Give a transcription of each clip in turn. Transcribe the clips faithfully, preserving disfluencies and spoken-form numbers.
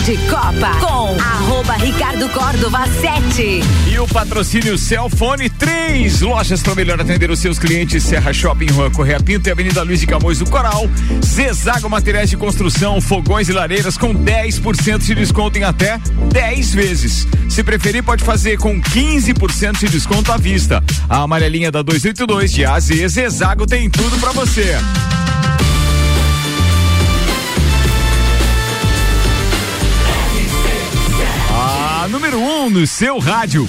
de Copa com arroba Ricardo Córdova sete. E o patrocínio Celfone três. Lojas para melhor atender os seus clientes. Serra Shopping, Rua Correia Pinto e Avenida Luiz de Camões do Coral. Zezago Materiais de Construção, fogões e lareiras com dez por cento de desconto em até dez vezes. Se preferir, pode fazer com quinze por cento de desconto à vista. A amarelinha da duzentos e oitenta e dois de A a Z, Zezago tem tudo pra você. A número um no seu rádio.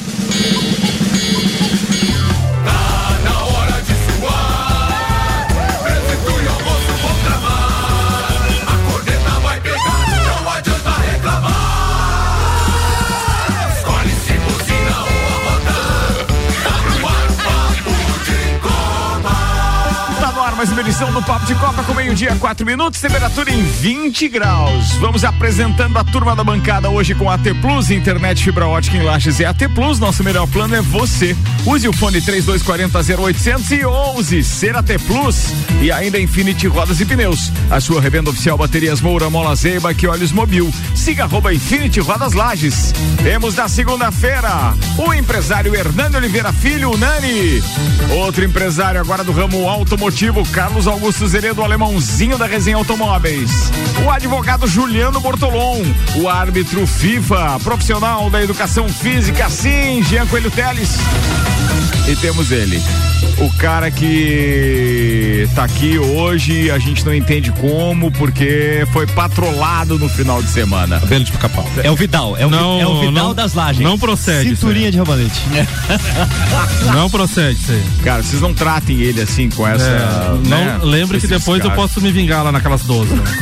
Mais uma edição do Papo de Copa com meio-dia, quatro minutos, temperatura em vinte graus. Vamos apresentando a turma da bancada hoje com a A T Plus, internet fibra ótica em Lages é A T Plus. Nosso melhor plano é você. Use o fone três dois quatro zero zero oitocentos e onze ser A T Plus. E ainda Infinity Rodas e Pneus, a sua revenda oficial baterias Moura, Mola Zeiba, que Olhos Mobil. Siga arroba Infinity Rodas Lages. Temos na segunda-feira o empresário Hernani Oliveira Filho, o Nani. Outro empresário agora do ramo automotivo, Carlos Augusto Zeredo, alemãozinho da Resenha Automóveis. O advogado Juliano Bortolom, o árbitro FIFA, profissional da educação física, sim, Jean Coelho Teles. E temos ele, o cara que tá aqui hoje, a gente não entende como, porque foi patrolado no final de semana. Cabelo de pica-pau. É o Vidal, é o, não, é o Vidal não, das Lajes. Não procede. Cinturinha de rabalete. Não procede isso aí. Cara, vocês não tratem ele assim com essa. É, né? Não lembre que depois eu posso me vingar lá naquelas doze. Né?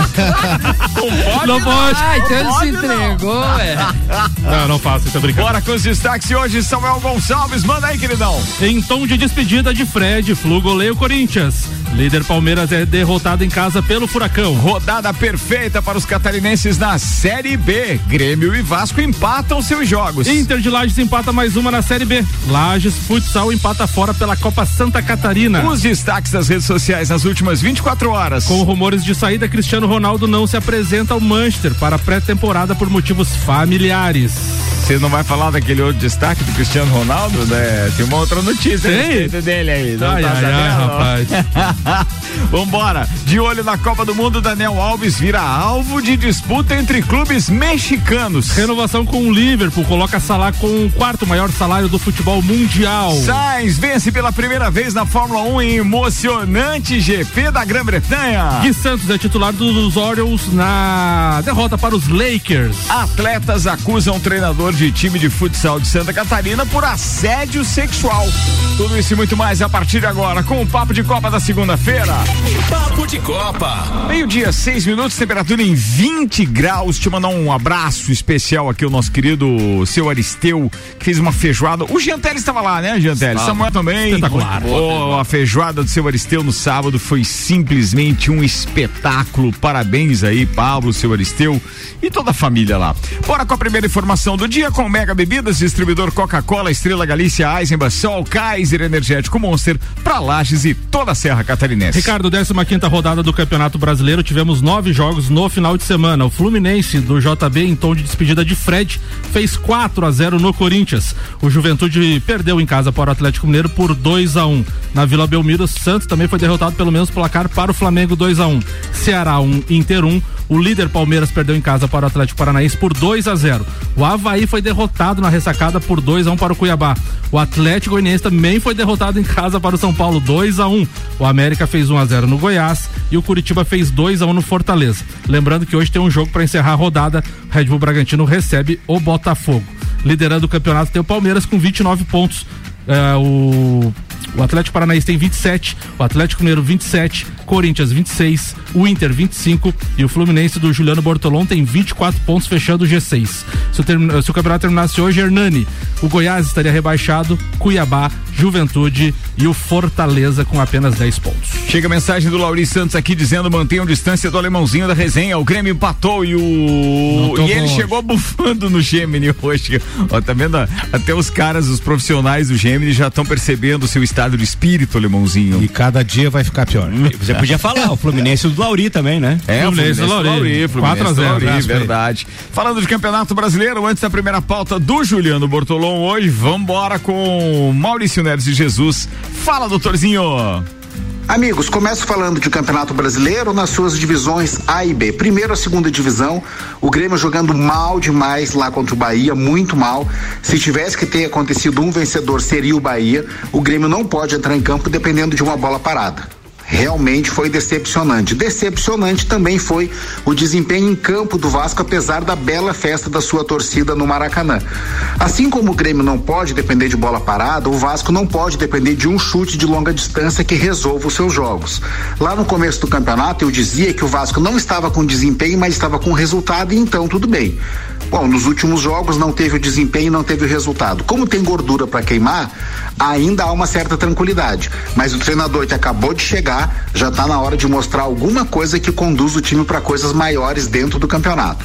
Não pode. Não pode. Ah, então ele pode, se entregou, velho. Não, não faço, isso é brincadeira. Bora com os destaques hoje, Samuel Gonçalves, manda aí, queridão. Em tom de despedida de Fred, Flu goleia o Corinthians. Líder Palmeiras é derrotado em casa pelo Furacão. Rodada perfeita para os catarinenses na Série B. Grêmio e Vasco empatam seus jogos. Inter de Lages empata mais uma na Série B. Lages Futsal empata fora pela Copa Santa Catarina. Os destaques das redes sociais nas últimas vinte e quatro horas. Com rumores de saída, Cristiano Ronaldo não se apresenta ao Manchester para a pré-temporada por motivos familiares. Você não vai falar daquele outro destaque do Cristiano Ronaldo, né? Tem uma outra notícia a respeito dele aí. Não ai, tá ai, ai, rapaz. Vambora. De olho na Copa do Mundo, Daniel Alves vira alvo de disputa entre clubes mexicanos. Renovação com o Liverpool coloca Salah com o quarto maior salário do futebol mundial. Sainz vence pela primeira vez na Fórmula um em emocionante G P da Grã-Bretanha. Gui Santos é titular dos Orioles na derrota para os Lakers. Atletas acusam o treinador de time de futsal de Santa Catarina por assédio sexual. Tudo isso e muito mais a partir de agora com o Papo de Copa da segunda-feira. Papo de Copa. Meio-dia, seis minutos, temperatura em vinte graus. Te mandar um abraço especial aqui, o nosso querido seu Aristeu, que fez uma feijoada. O Giantelli estava lá, né, Giantelli? Samuel também. Espetacular. Oh, a feijoada do seu Aristeu no sábado foi simplesmente um espetáculo. Parabéns aí, Pablo, seu Aristeu e toda a família lá. Bora com a primeira informação do dia com Mega Bebidas, distribuidor Coca-Cola, Estrela Galícia, Eisenbach, Sol, Kaiser, Energético Monster, pra Lages e toda a Serra Catarinense. Ricardo, décima quinta rodada do Campeonato Brasileiro, tivemos nove jogos no final de semana. O Fluminense do J B, em tom de despedida de Fred, fez quatro a zero no Corinthians. O Juventude perdeu em casa para o Atlético Mineiro por dois a um. Na Vila Belmiro, o Santos também foi derrotado pelo menos placar para o Flamengo dois a um. Ceará um, Inter um. O líder Palmeiras perdeu em casa para o Atlético Paranaense por dois a zero. O Avaí foi derrotado na ressacada por dois a um para o Cuiabá. O Atlético Goianiense também foi derrotado em casa para o São Paulo dois a um. O América fez um a zero no Goiás e o Curitiba fez dois a um no Fortaleza. Lembrando que hoje tem um jogo para encerrar a rodada. Red Bull Bragantino recebe o Botafogo. Liderando o campeonato tem o Palmeiras com vinte e nove pontos. É, o O Atlético Paranaense tem vinte e sete, o Atlético Mineiro vinte e sete, Corinthians vinte e seis, o Inter vinte e cinco e o Fluminense do Juliano Bortolom tem vinte e quatro pontos, fechando o G seis. Se o, term... Se o campeonato terminasse hoje, Hernani, o Goiás estaria rebaixado, Cuiabá, Juventude e o Fortaleza com apenas dez pontos. Chega a mensagem do Lauri Santos aqui dizendo: mantenham distância do alemãozinho da resenha. O Grêmio empatou e o e ele chegou bufando no Gemini hoje. Ó, tá vendo? Até os caras, os profissionais do Gemini já estão percebendo o seu estado estado de espírito, Alemãozinho. E cada dia vai ficar pior. Você podia falar, o Fluminense do Lauri também, né? É, o Fluminense, Fluminense do Lauri. Lauri, quatro a zero, Lauri, verdade. Falando de Campeonato Brasileiro, antes da primeira pauta do Juliano Bortolom hoje, vambora com Maurício Neves de Jesus. Fala, doutorzinho. Amigos, começo falando de Campeonato Brasileiro nas suas divisões A e B. Primeiro a segunda divisão, o Grêmio jogando mal demais lá contra o Bahia, muito mal. Se tivesse que ter acontecido um vencedor, seria o Bahia. O Grêmio não pode entrar em campo dependendo de uma bola parada. Realmente foi decepcionante. Decepcionante também foi o desempenho em campo do Vasco, apesar da bela festa da sua torcida no Maracanã. Assim como o Grêmio não pode depender de bola parada, o Vasco não pode depender de um chute de longa distância que resolva os seus jogos. Lá no começo do campeonato eu dizia que o Vasco não estava com desempenho, mas estava com resultado, e então tudo bem. Bom, nos últimos jogos não teve o desempenho, não teve o resultado. Como tem gordura para queimar, ainda há uma certa tranquilidade. Mas o treinador que acabou de chegar já está na hora de mostrar alguma coisa que conduz o time para coisas maiores dentro do campeonato.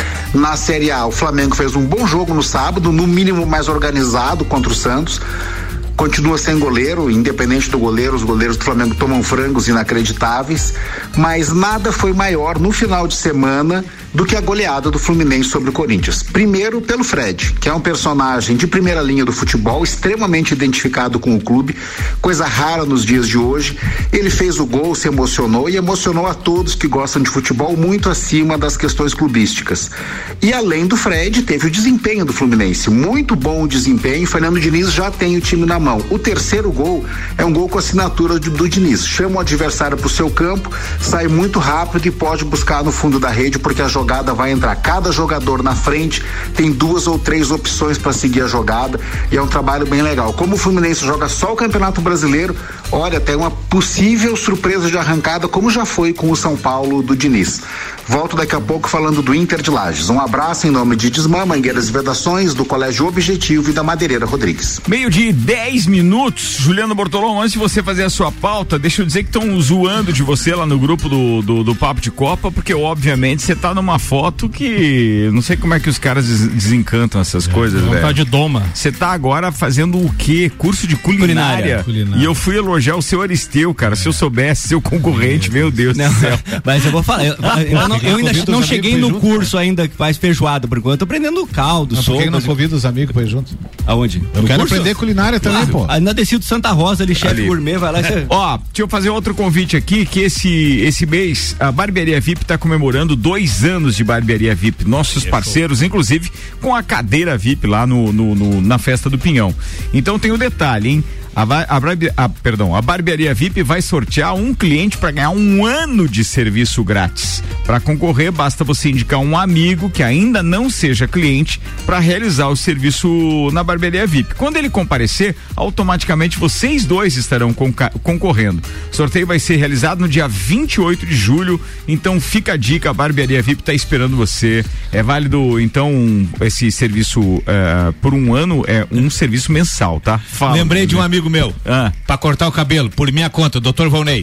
Na Série A, o Flamengo fez um bom jogo no sábado, no mínimo mais organizado contra o Santos. Continua sem goleiro, independente do goleiro, os goleiros do Flamengo tomam frangos inacreditáveis, mas nada foi maior no final de semana do que a goleada do Fluminense sobre o Corinthians. Primeiro pelo Fred, que é um personagem de primeira linha do futebol, extremamente identificado com o clube, coisa rara nos dias de hoje. Ele fez o gol, se emocionou e emocionou a todos que gostam de futebol, muito acima das questões clubísticas. E além do Fred, teve o desempenho do Fluminense, muito bom o desempenho. Fernando Diniz já tem o time na mão. O terceiro gol é um gol com assinatura do, do Diniz. Chama o adversário para o seu campo, sai muito rápido e pode buscar no fundo da rede, porque a jogada vai entrar. Cada jogador na frente tem duas ou três opções para seguir a jogada, e é um trabalho bem legal. Como o Fluminense joga só o Campeonato Brasileiro, olha, tem uma possível surpresa de arrancada, como já foi com o São Paulo do Diniz. Volto daqui a pouco falando do Inter de Lages. Um abraço em nome de Desmã, Mangueiras e Vedações, do Colégio Objetivo e da Madeireira Rodrigues. Meio-dia e dez minutos. Juliano Bortolom, antes de você fazer a sua pauta, deixa eu dizer que estão zoando de você lá no grupo do, do, do Papo de Copa, porque obviamente você tá numa foto que não sei como é que os caras des, desencantam essas é, coisas, velho. Tá de doma. Você tá agora fazendo o quê? Curso de culinária. Culinária. E eu fui elogiar o seu Aristeu, cara. É. Se eu soubesse, seu concorrente, é. meu Deus não, do céu. Mas eu vou falar, eu, eu, não, eu ainda não cheguei no junto, curso, né? Ainda que faz feijoada, por enquanto eu tô aprendendo caldo, sopa. Por que não convida os amigos pra ir junto? Aonde? Eu no quero curso? aprender culinária também, ah, pô. Na Descido Santa Rosa, ali, chefe gourmet, vai lá e você... Ó, deixa eu fazer outro convite aqui, que esse, esse mês a Barbearia V I P tá comemorando dois anos de Barbearia V I P, nossos parceiros, inclusive com a cadeira V I P lá no, no, no na festa do Pinhão. Então tem um detalhe, hein? A, a, a, perdão, a Barbearia V I P vai sortear um cliente para ganhar um ano de serviço grátis. Para concorrer, basta você indicar um amigo que ainda não seja cliente para realizar o serviço na Barbearia V I P. Quando ele comparecer, automaticamente vocês dois estarão concorrendo. O sorteio vai ser realizado no dia vinte e oito de julho, então fica a dica, a Barbearia V I P está esperando você. É válido, então, esse serviço uh, por um ano, é um serviço mensal, tá? Fala, Lembrei de um amigo meu, ah. pra cortar o cabelo, por minha conta, doutor Volney.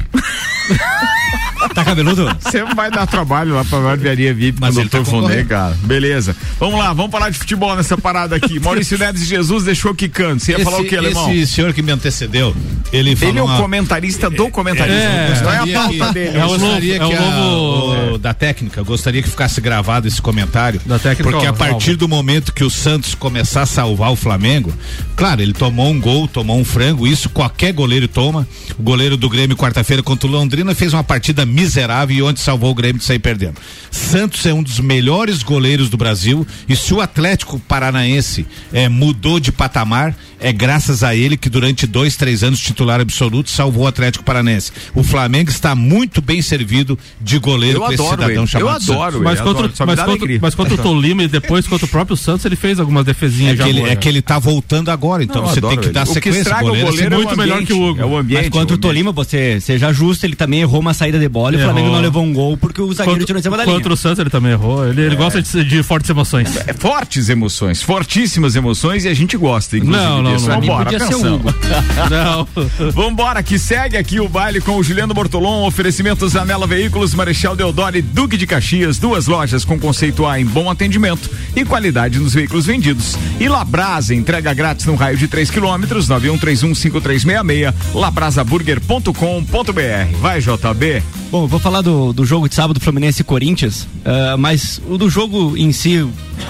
Tá cabeludo? Você vai dar trabalho lá pra Barbearia V I P com o doutor Volney, cara. Beleza. Vamos lá, vamos falar de futebol nessa parada aqui. Maurício Neves de Jesus deixou quicando. Você ia esse, falar o que, alemão? Esse senhor que me antecedeu, ele falou. Ele é o uma... comentarista do comentarista. É, não é a pauta que, dele. Eu gostaria que a, o, da técnica, eu gostaria que ficasse gravado esse comentário. Da técnica, porque a partir do momento que o Santos começar a salvar o Flamengo, claro, ele tomou um gol, tomou um frango, isso qualquer goleiro toma. O goleiro do Grêmio, quarta-feira, contra o Londrina, fez uma partida miserável e onde salvou o Grêmio de sair perdendo. Santos é um dos melhores goleiros do Brasil, e se o Atlético Paranaense é, mudou de patamar, é graças a ele que durante dois, três anos titular absoluto salvou o Atlético Paranaense. O Flamengo está muito bem servido de goleiro com esse cidadão ele. chamado Eu adoro Santos. Mas contra, mas, contra, mas contra o Tolima e depois contra o próprio Santos, ele fez algumas defesinhas é já. Que ele, é que ele tá voltando agora, então não, você tem que dar sequência. O goleiro é muito melhor que o Hugo. É o ambiente, mas contra o, o Tolima, você seja justo, ele também errou uma saída de bola bola errou. E o Flamengo não levou um gol porque o zagueiro tirou em cima da linha. Contra o Santos ele também errou. Ele, ele é. gosta de, de fortes emoções. É, fortes emoções, fortíssimas emoções, e a gente gosta, inclusive. Não, não, disso. não. Vambora, Podia atenção. ser o Hugo. Não. Vambora, que segue aqui o baile com o Juliano Bortolom, oferecimentos Anela Veículos, Marechal Deodoro e Duque de Caxias, duas lojas com conceito A em bom atendimento e qualidade nos veículos vendidos. E Labrasa, entrega grátis no raio de três quilômetros, nove um três um cinco três seis seis, labrasa burger ponto com ponto b r. Vai, J B. Bom, vou falar do, do jogo de sábado, Fluminense e Corinthians, uh, mas o do jogo em si,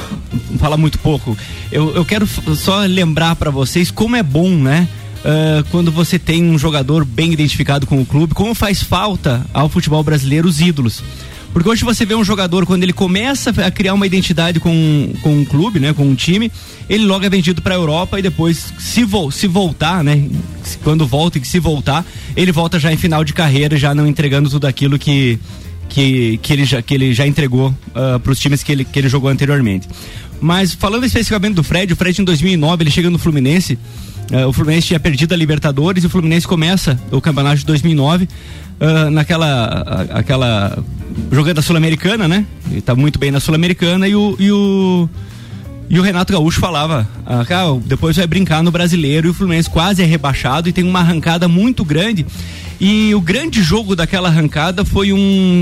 fala muito pouco. Eu, eu quero f- só lembrar para vocês como é bom, né? Uh, quando você tem um jogador bem identificado com o clube, como faz falta ao futebol brasileiro os ídolos. Porque hoje você vê um jogador, quando ele começa a criar uma identidade com, com um clube, né, com um time, ele logo é vendido para a Europa e depois, se, vo, se voltar, né, quando volta e se voltar, ele volta já em final de carreira, já não entregando tudo aquilo que, que, que, ele, já, que ele já entregou uh, para os times que ele, que ele jogou anteriormente. Mas falando especificamente do Fred, o Fred em dois mil e nove ele chega no Fluminense. Uh, o Fluminense tinha perdido a Libertadores e o Fluminense começa o campeonato de dois mil e nove uh, naquela a, aquela jogando a Sul-Americana, né? Ele tá muito bem na Sul-Americana e o, e o e o Renato Gaúcho falava, ah, cara, depois vai brincar no Brasileiro, e o Fluminense quase é rebaixado e tem uma arrancada muito grande. E o grande jogo daquela arrancada foi um,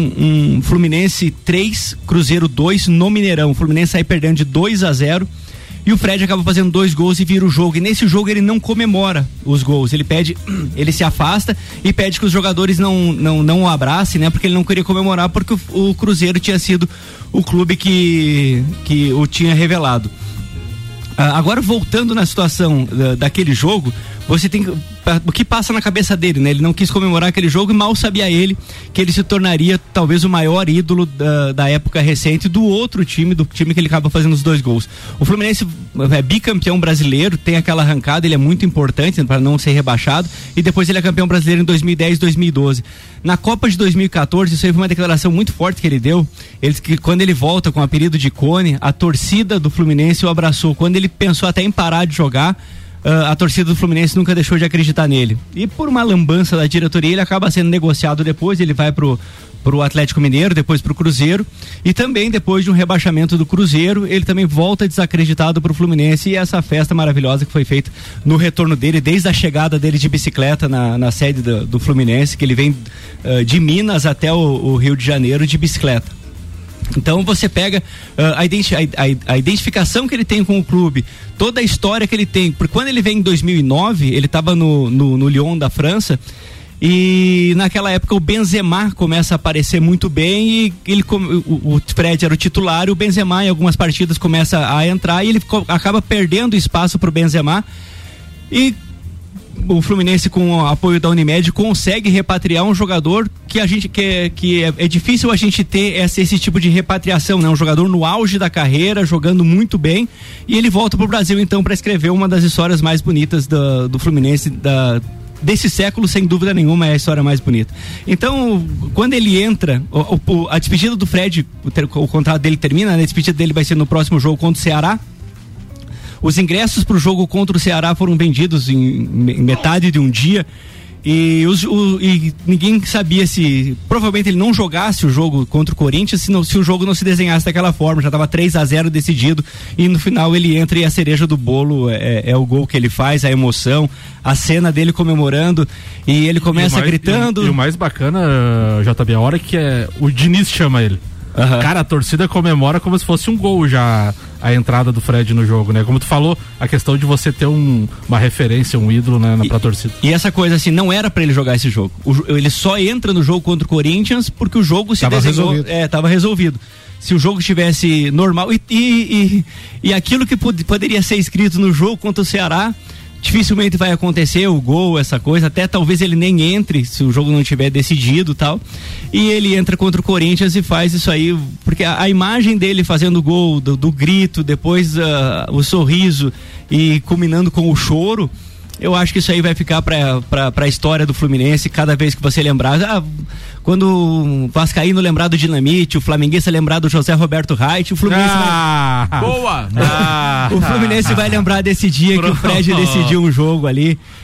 um Fluminense três, Cruzeiro dois no Mineirão. O Fluminense sai perdendo de dois a zero. E o Fred acaba fazendo dois gols e vira o jogo. E nesse jogo ele não comemora os gols. Ele pede, ele se afasta e pede que os jogadores não, não, não o abracem, né? Porque ele não queria comemorar, porque o, o Cruzeiro tinha sido o clube que, que o tinha revelado. Ah, agora, voltando na situação da, daquele jogo, você tem que, o que passa na cabeça dele, né? Ele não quis comemorar aquele jogo e mal sabia ele que ele se tornaria talvez o maior ídolo da, da época recente do outro time, do time que ele acaba fazendo os dois gols. O Fluminense é bicampeão brasileiro, tem aquela arrancada, ele é muito importante para não ser rebaixado, e depois ele é campeão brasileiro em dois mil e dez, dois mil e doze. Na Copa de dois mil e quatorze, isso aí foi uma declaração muito forte que ele deu. Ele, que quando ele volta com o apelido de Cone, a torcida do Fluminense o abraçou. Quando ele pensou até em parar de jogar, Uh, a torcida do Fluminense nunca deixou de acreditar nele. E por uma lambança da diretoria, ele acaba sendo negociado depois, ele vai pro, pro Atlético Mineiro, depois pro Cruzeiro, e também depois de um rebaixamento do Cruzeiro, ele também volta desacreditado pro Fluminense, e essa festa maravilhosa que foi feita no retorno dele, desde a chegada dele de bicicleta na, na sede do, do Fluminense, que ele vem uh, de Minas até o, o Rio de Janeiro de bicicleta. Então você pega uh, a, identi- a, a identificação que ele tem com o clube, toda a história que ele tem, porque quando ele vem em dois mil e nove, ele estava no, no, no Lyon da França, e naquela época o Benzema começa a aparecer muito bem, e ele, o, o Fred era o titular, e o Benzema em algumas partidas começa a entrar, e ele co- acaba perdendo espaço para o Benzema, e o Fluminense, com o apoio da Unimed, consegue repatriar um jogador que a gente que, que é, é difícil a gente ter esse, esse tipo de repatriação, né? Um jogador no auge da carreira, jogando muito bem, e ele volta pro Brasil então para escrever uma das histórias mais bonitas do, do Fluminense da, desse século, sem dúvida nenhuma, é a história mais bonita. Então, quando ele entra, o, o, a despedida do Fred, o, o contrato dele termina, né? A despedida dele vai ser no próximo jogo contra o Ceará. Os ingressos para o jogo contra o Ceará foram vendidos em, em metade de um dia, e, os, o, e ninguém sabia se provavelmente ele não jogasse o jogo contra o Corinthians se, não, se o jogo não se desenhasse daquela forma. Já estava três a zero decidido, e no final ele entra, e a cereja do bolo é, é o gol que ele faz, a emoção, a cena dele comemorando, e ele começa e mais, gritando. E, e o mais bacana, J B, a hora que é, o Diniz chama ele. Uhum. Cara, a torcida comemora como se fosse um gol já a entrada do Fred no jogo, né? Como tu falou, a questão de você ter um, uma referência, um ídolo, né, na, pra torcida. E essa coisa assim, não era pra ele jogar esse jogo. O, ele só entra no jogo contra o Corinthians porque o jogo se tava desenhou, resolvido. É, tava resolvido. Se o jogo estivesse normal e, e, e, e aquilo que pod- poderia ser escrito no jogo contra o Ceará, dificilmente vai acontecer, o gol, essa coisa, até talvez ele nem entre se o jogo não tiver decidido e tal, e ele entra contra o Corinthians e faz isso aí, porque a, a imagem dele fazendo o gol, do, do grito, depois uh, o sorriso e culminando com o choro, eu acho que isso aí vai ficar pra, pra, pra história do Fluminense. Cada vez que você lembrar, ah, quando o Vascaíno lembrar do Dinamite, o flamenguista lembrar do José Roberto Reit, o Fluminense ah, vai... Boa! Ah, o Fluminense vai lembrar desse dia Pronto. que o Fred decidiu um jogo ali,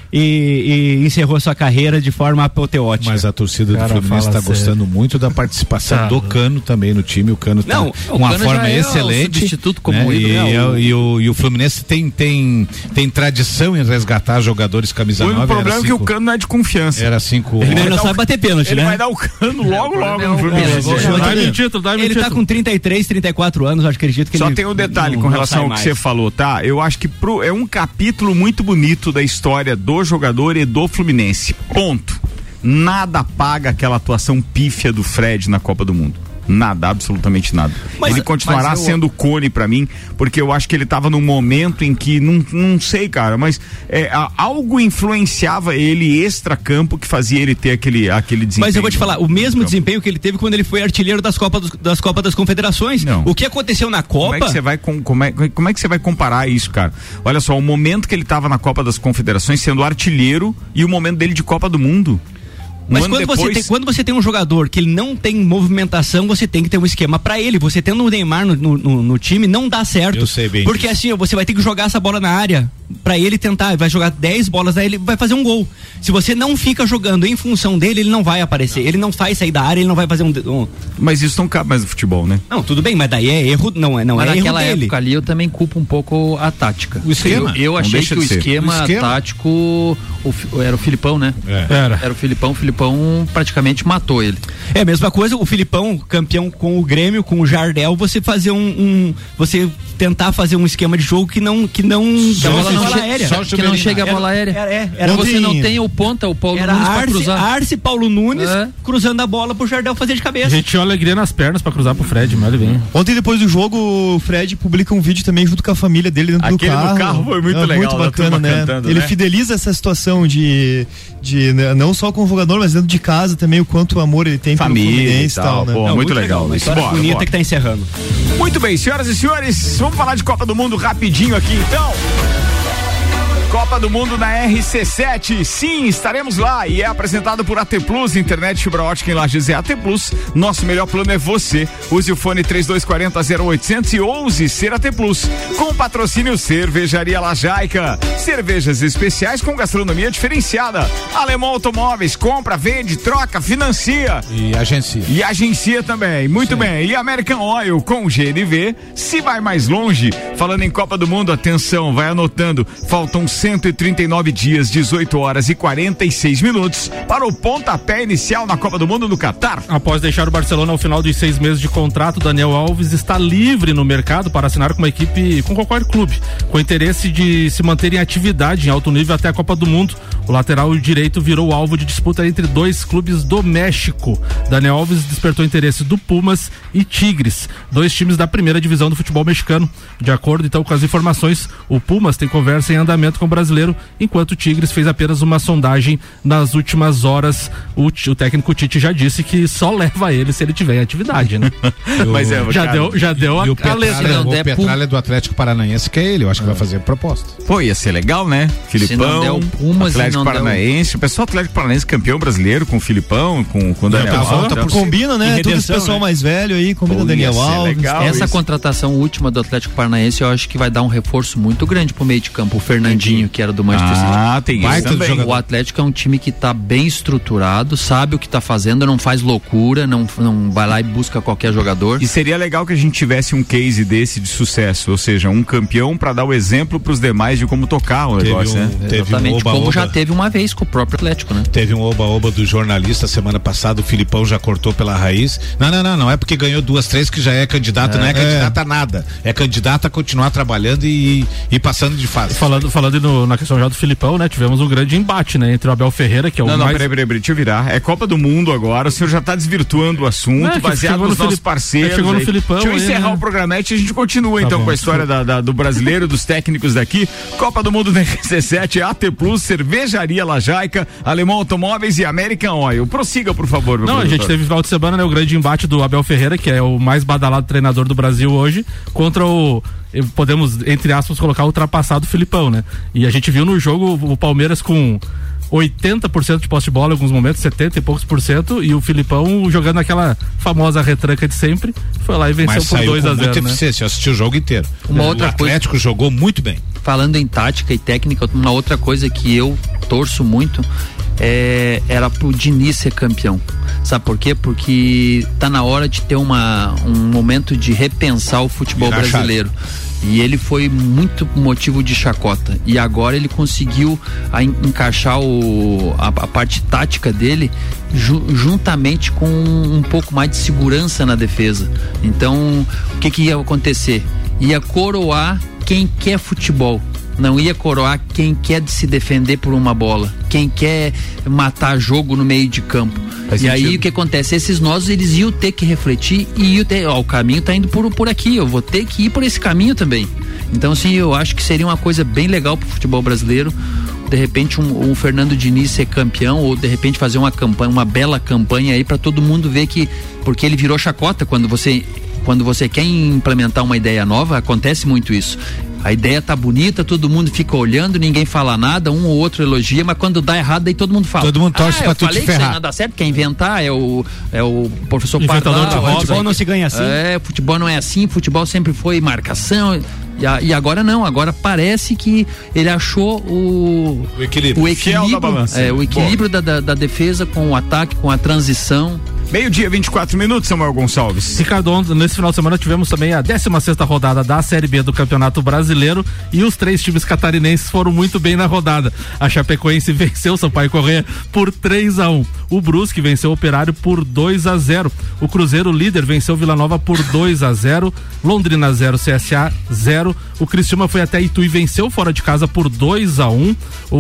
e, e encerrou sua carreira de forma apoteótica. Mas a torcida do Fluminense está gostando muito da participação tá. do Cano também no time. O Cano está com uma forma é excelente. Substituto como né? ídolo, e, né? o... E, o, e o Fluminense tem, tem, tem tradição em resgatar jogadores camisa nove. O problema é que o Cano não é de confiança. Era cinco. Ele não sabe bater pênalti, ele né? Ele vai dar o Cano logo, logo é no Fluminense. Dá-me o título, dá-me o Ele título. tá com trinta e três, trinta e quatro anos, eu acredito que Só ele... tem um detalhe não, com não relação ao que você falou, tá? Eu acho que pro, é um capítulo muito bonito da história do jogador e do Fluminense. Ponto. Nada paga aquela atuação pífia do Fred na Copa do Mundo. Nada, absolutamente nada. Mas, ele continuará eu... sendo Cone pra mim, porque eu acho que ele tava num momento em que, não, não sei, cara, mas é, algo influenciava ele extra-campo que fazia ele ter aquele, aquele desempenho. Mas eu vou te falar, o mesmo desempenho que ele teve quando ele foi artilheiro das Copas, das Copas das Confederações. Não. O que aconteceu na Copa... Como é que você vai, com, como é, como é que você vai comparar isso, cara? Olha só, o momento que ele tava na Copa das Confederações sendo artilheiro e o momento dele de Copa do Mundo. Um Mas quando, depois... você tem, quando você tem um jogador que ele não tem movimentação, você tem que ter um esquema pra ele. Você tendo o Neymar no, no, no time, não dá certo. Eu sei bem porque disso. assim, você vai ter que jogar essa bola na área pra ele tentar, vai jogar dez bolas, aí ele vai fazer um gol. Se você não fica jogando em função dele, ele não vai aparecer. Não. Ele não faz sair da área, ele não vai fazer um... um... Mas isso não cabe mais no futebol, né? Não, tudo bem, mas daí é erro, não é, não mas é erro naquela dele. época ali eu também culpo um pouco a tática. O esquema? Eu, eu achei que o esquema, o esquema tático o, era o Filipão, né? É. Era. Era o Filipão, o Filipão praticamente matou ele. É a mesma coisa, o Filipão, campeão com o Grêmio, com o Jardel, você fazer um, um você tentar fazer um esquema de jogo que não que não só, bola não bola che aérea. Só que não chega a bola aérea. Era, era, era você não tem o ponta, o Paulo era Nunes Arce, pra cruzar. Arce, Paulo Nunes é. cruzando a bola pro Jardel fazer de cabeça. A gente tinha alegria nas pernas pra cruzar pro Fred, mas ele vem. Ontem depois do jogo, o Fred publica um vídeo também junto com a família dele dentro Aquele do carro. do carro foi muito é, legal. Muito bacana, né? Cantando, ele né? fideliza essa situação de, de não só com o jogador, mas dentro de casa também, o quanto amor ele tem família pelo Fluminense e tal, tal, né? Pô, não, muito, muito legal. Uma história bora, bonita bora. Que tá encerrando. Muito bem, senhoras e senhores, vamos falar de Copa do Mundo rapidinho aqui, então. Copa do Mundo na R C sete, sim, estaremos lá e é apresentado por A T Plus, internet fibra ótica em Lages é A T Plus, nosso melhor plano é você, use o fone trinta e dois quarenta, zero oitocentos e ouse ser A T Plus, com patrocínio Cervejaria Lajaica, cervejas especiais com gastronomia diferenciada, Alemão Automóveis, compra, vende, troca, financia e agencia, e agencia também, muito sim. Bem, e American Oil com G N V, se vai mais longe, falando em Copa do Mundo, atenção, vai anotando, faltam cento e trinta e nove dias, dezoito horas e quarenta e seis minutos para o pontapé inicial na Copa do Mundo no Catar. Após deixar o Barcelona ao final dos seis meses de contrato, Daniel Alves está livre no mercado para assinar com uma equipe, com qualquer clube, com interesse de se manter em atividade em alto nível até a Copa do Mundo. O lateral direito virou alvo de disputa entre dois clubes do México. Daniel Alves despertou interesse do Pumas e Tigres, dois times da primeira divisão do futebol mexicano. De acordo então com as informações, o Pumas tem conversa em andamento com o brasileiro, enquanto o Tigres fez apenas uma sondagem nas últimas horas. O, o técnico Tite já disse que só leva ele se ele tiver em atividade, né? Mas é, já, deu, já deu a, e o Petralha, o Petralha é do Atlético Paranaense, que é ele, eu acho que ah. vai fazer proposta. Pô, ia ser legal, né? Filipão, Pumas, Atlético Paranaense, o pessoal Atlético Paranaense campeão brasileiro com o Filipão, com, com o Daniel Alves. Então, combina, né? Todo esse pessoal né? mais velho aí, combina o Daniel Alves. Essa isso. contratação última do Atlético Paranaense, eu acho que vai dar um reforço muito grande pro meio de campo. O Fernandinho, que era do Manchester City. Ah, tem isso também. O Atlético é um time que tá bem estruturado, sabe o que tá fazendo, não faz loucura, não, não vai lá e busca qualquer jogador. E seria legal que a gente tivesse um case desse de sucesso, ou seja, um campeão para dar o exemplo pros demais de como tocar o teve negócio, um, né? Teve exatamente, um oba, como oba. já teve uma vez com o próprio Atlético, né? Teve um oba-oba do jornalista semana passada, o Filipão já cortou pela raiz. Não, não, não, não é porque ganhou duas, três que já é candidato, é, não é, é candidato a nada. É candidato a continuar trabalhando e, e passando de fase. Falando, falando no, na questão já do Filipão, né? Tivemos um grande embate, né? Entre o Abel Ferreira, que é o não, mais... Não, peraí, peraí, peraí, deixa eu virar. É Copa do Mundo agora, o senhor já tá desvirtuando o assunto, é, baseado nos no nossos Filip... parceiros. É, chegou no Filipão. Deixa eu encerrar aí, o programete e a gente continua tá então bom, com a história da, da, do brasileiro, dos técnicos daqui. Copa do Mundo da R C sete, A T Plus, Cervejaria Lajaica, Alemão Automóveis e American Oil. Prossiga, por favor, meu Não, produtor. A gente teve no final de semana, né, o grande embate do Abel Ferreira, que é o mais badalado treinador do Brasil hoje, contra o, podemos, entre aspas, colocar o ultrapassado Filipão, né? E a gente viu no jogo o Palmeiras com oitenta por cento de posse de bola em alguns momentos, setenta e poucos por cento, e o Filipão jogando aquela famosa retranca de sempre, foi lá e venceu Mas por dois a zero, muito né? eficiência, eu assisti o jogo inteiro. Uma o outra Atlético coisa... jogou muito bem. falando em tática e técnica, uma outra coisa que eu torço muito é, era pro Diniz ser campeão. Sabe por quê? Porque tá na hora de ter uma, um momento de repensar o futebol Virar brasileiro. Chave. E ele foi muito motivo de chacota. E agora ele conseguiu a, encaixar o, a, a parte tática dele ju, juntamente com um pouco mais de segurança na defesa. Então, o que que ia acontecer? Ia coroar quem quer futebol. Não ia coroar quem quer se defender por uma bola, quem quer matar jogo no meio de campo. Faz e sentido. Aí o que acontece? Esses nós, eles iam ter que refletir e iam ter, ó, o caminho tá indo por, por aqui, eu vou ter que ir por esse caminho também. Então, assim, eu acho que seria uma coisa bem legal pro futebol brasileiro, de repente um, um Fernando Diniz ser campeão, ou de repente fazer uma campanha, uma bela campanha aí para todo mundo ver que, porque ele virou chacota quando você, quando você quer implementar uma ideia nova, acontece muito isso. A ideia tá bonita, todo mundo fica olhando, ninguém fala nada, um ou outro elogia, mas quando dá errado, aí todo mundo fala. Todo mundo torce ah, pra tu te ferrar. Eu falei que isso aí não dá certo, quer inventar, é o, é o professor Pardal. Futebol não se ganha assim. É, futebol não é assim, futebol sempre foi marcação. E, a, e agora não, agora parece que ele achou o, o equilíbrio, o equilíbrio, é, o equilíbrio da, da, da defesa com o ataque, com a transição. Meio-dia, vinte e quatro minutos, Samuel Gonçalves. Ricardo, nesse final de semana tivemos também a décima sexta rodada da Série B do Campeonato Brasileiro e os três times catarinenses foram muito bem na rodada. A Chapecoense venceu o Sampaio Corrêa por três a um. O Brusque venceu o Operário por dois a zero. O Cruzeiro, líder, venceu o Vila Nova por dois a zero. Londrina zero, C S A zero. O Criciúma foi até Itu e venceu fora de casa por dois a um.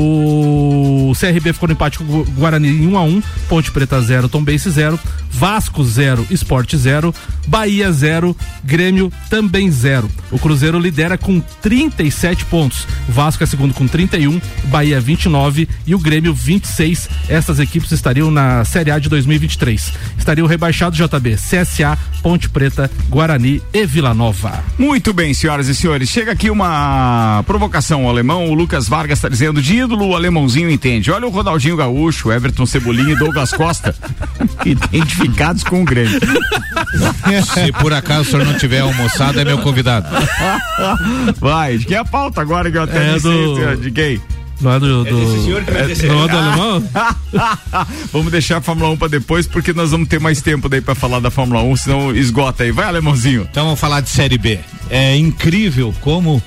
O C R B ficou no empate com o Guarani em um a um. Ponte Preta zero, Tombense zero. Vasco zero, Sport zero, Bahia zero, Grêmio também zero. O Cruzeiro lidera com trinta e sete pontos, Vasco é segundo com trinta e um, Bahia vinte e nove e o Grêmio vinte e seis. Estas equipes estariam na Série A de dois mil e vinte e três. Estariam rebaixados J B, C S A, Ponte Preta, Guarani e Vila Nova. Muito bem, senhoras e senhores, chega aqui uma provocação ao alemão. O Lucas Vargas está dizendo: de ídolo, o alemãozinho entende. Olha o Ronaldinho Gaúcho, Everton Cebolinha e Douglas Costa identificados com o Grêmio. Se por acaso o senhor não tiver almoçado, é meu convidado. Vai, de quem é a pauta agora que eu até é não do... sei de quem? Não é do, do... É desse senhor que vai descer. Não é do alemão? Vamos deixar a Fórmula um pra depois, porque nós vamos ter mais tempo daí pra falar da Fórmula um, senão esgota aí. Vai, alemãozinho. Então vamos falar de Série B. É incrível como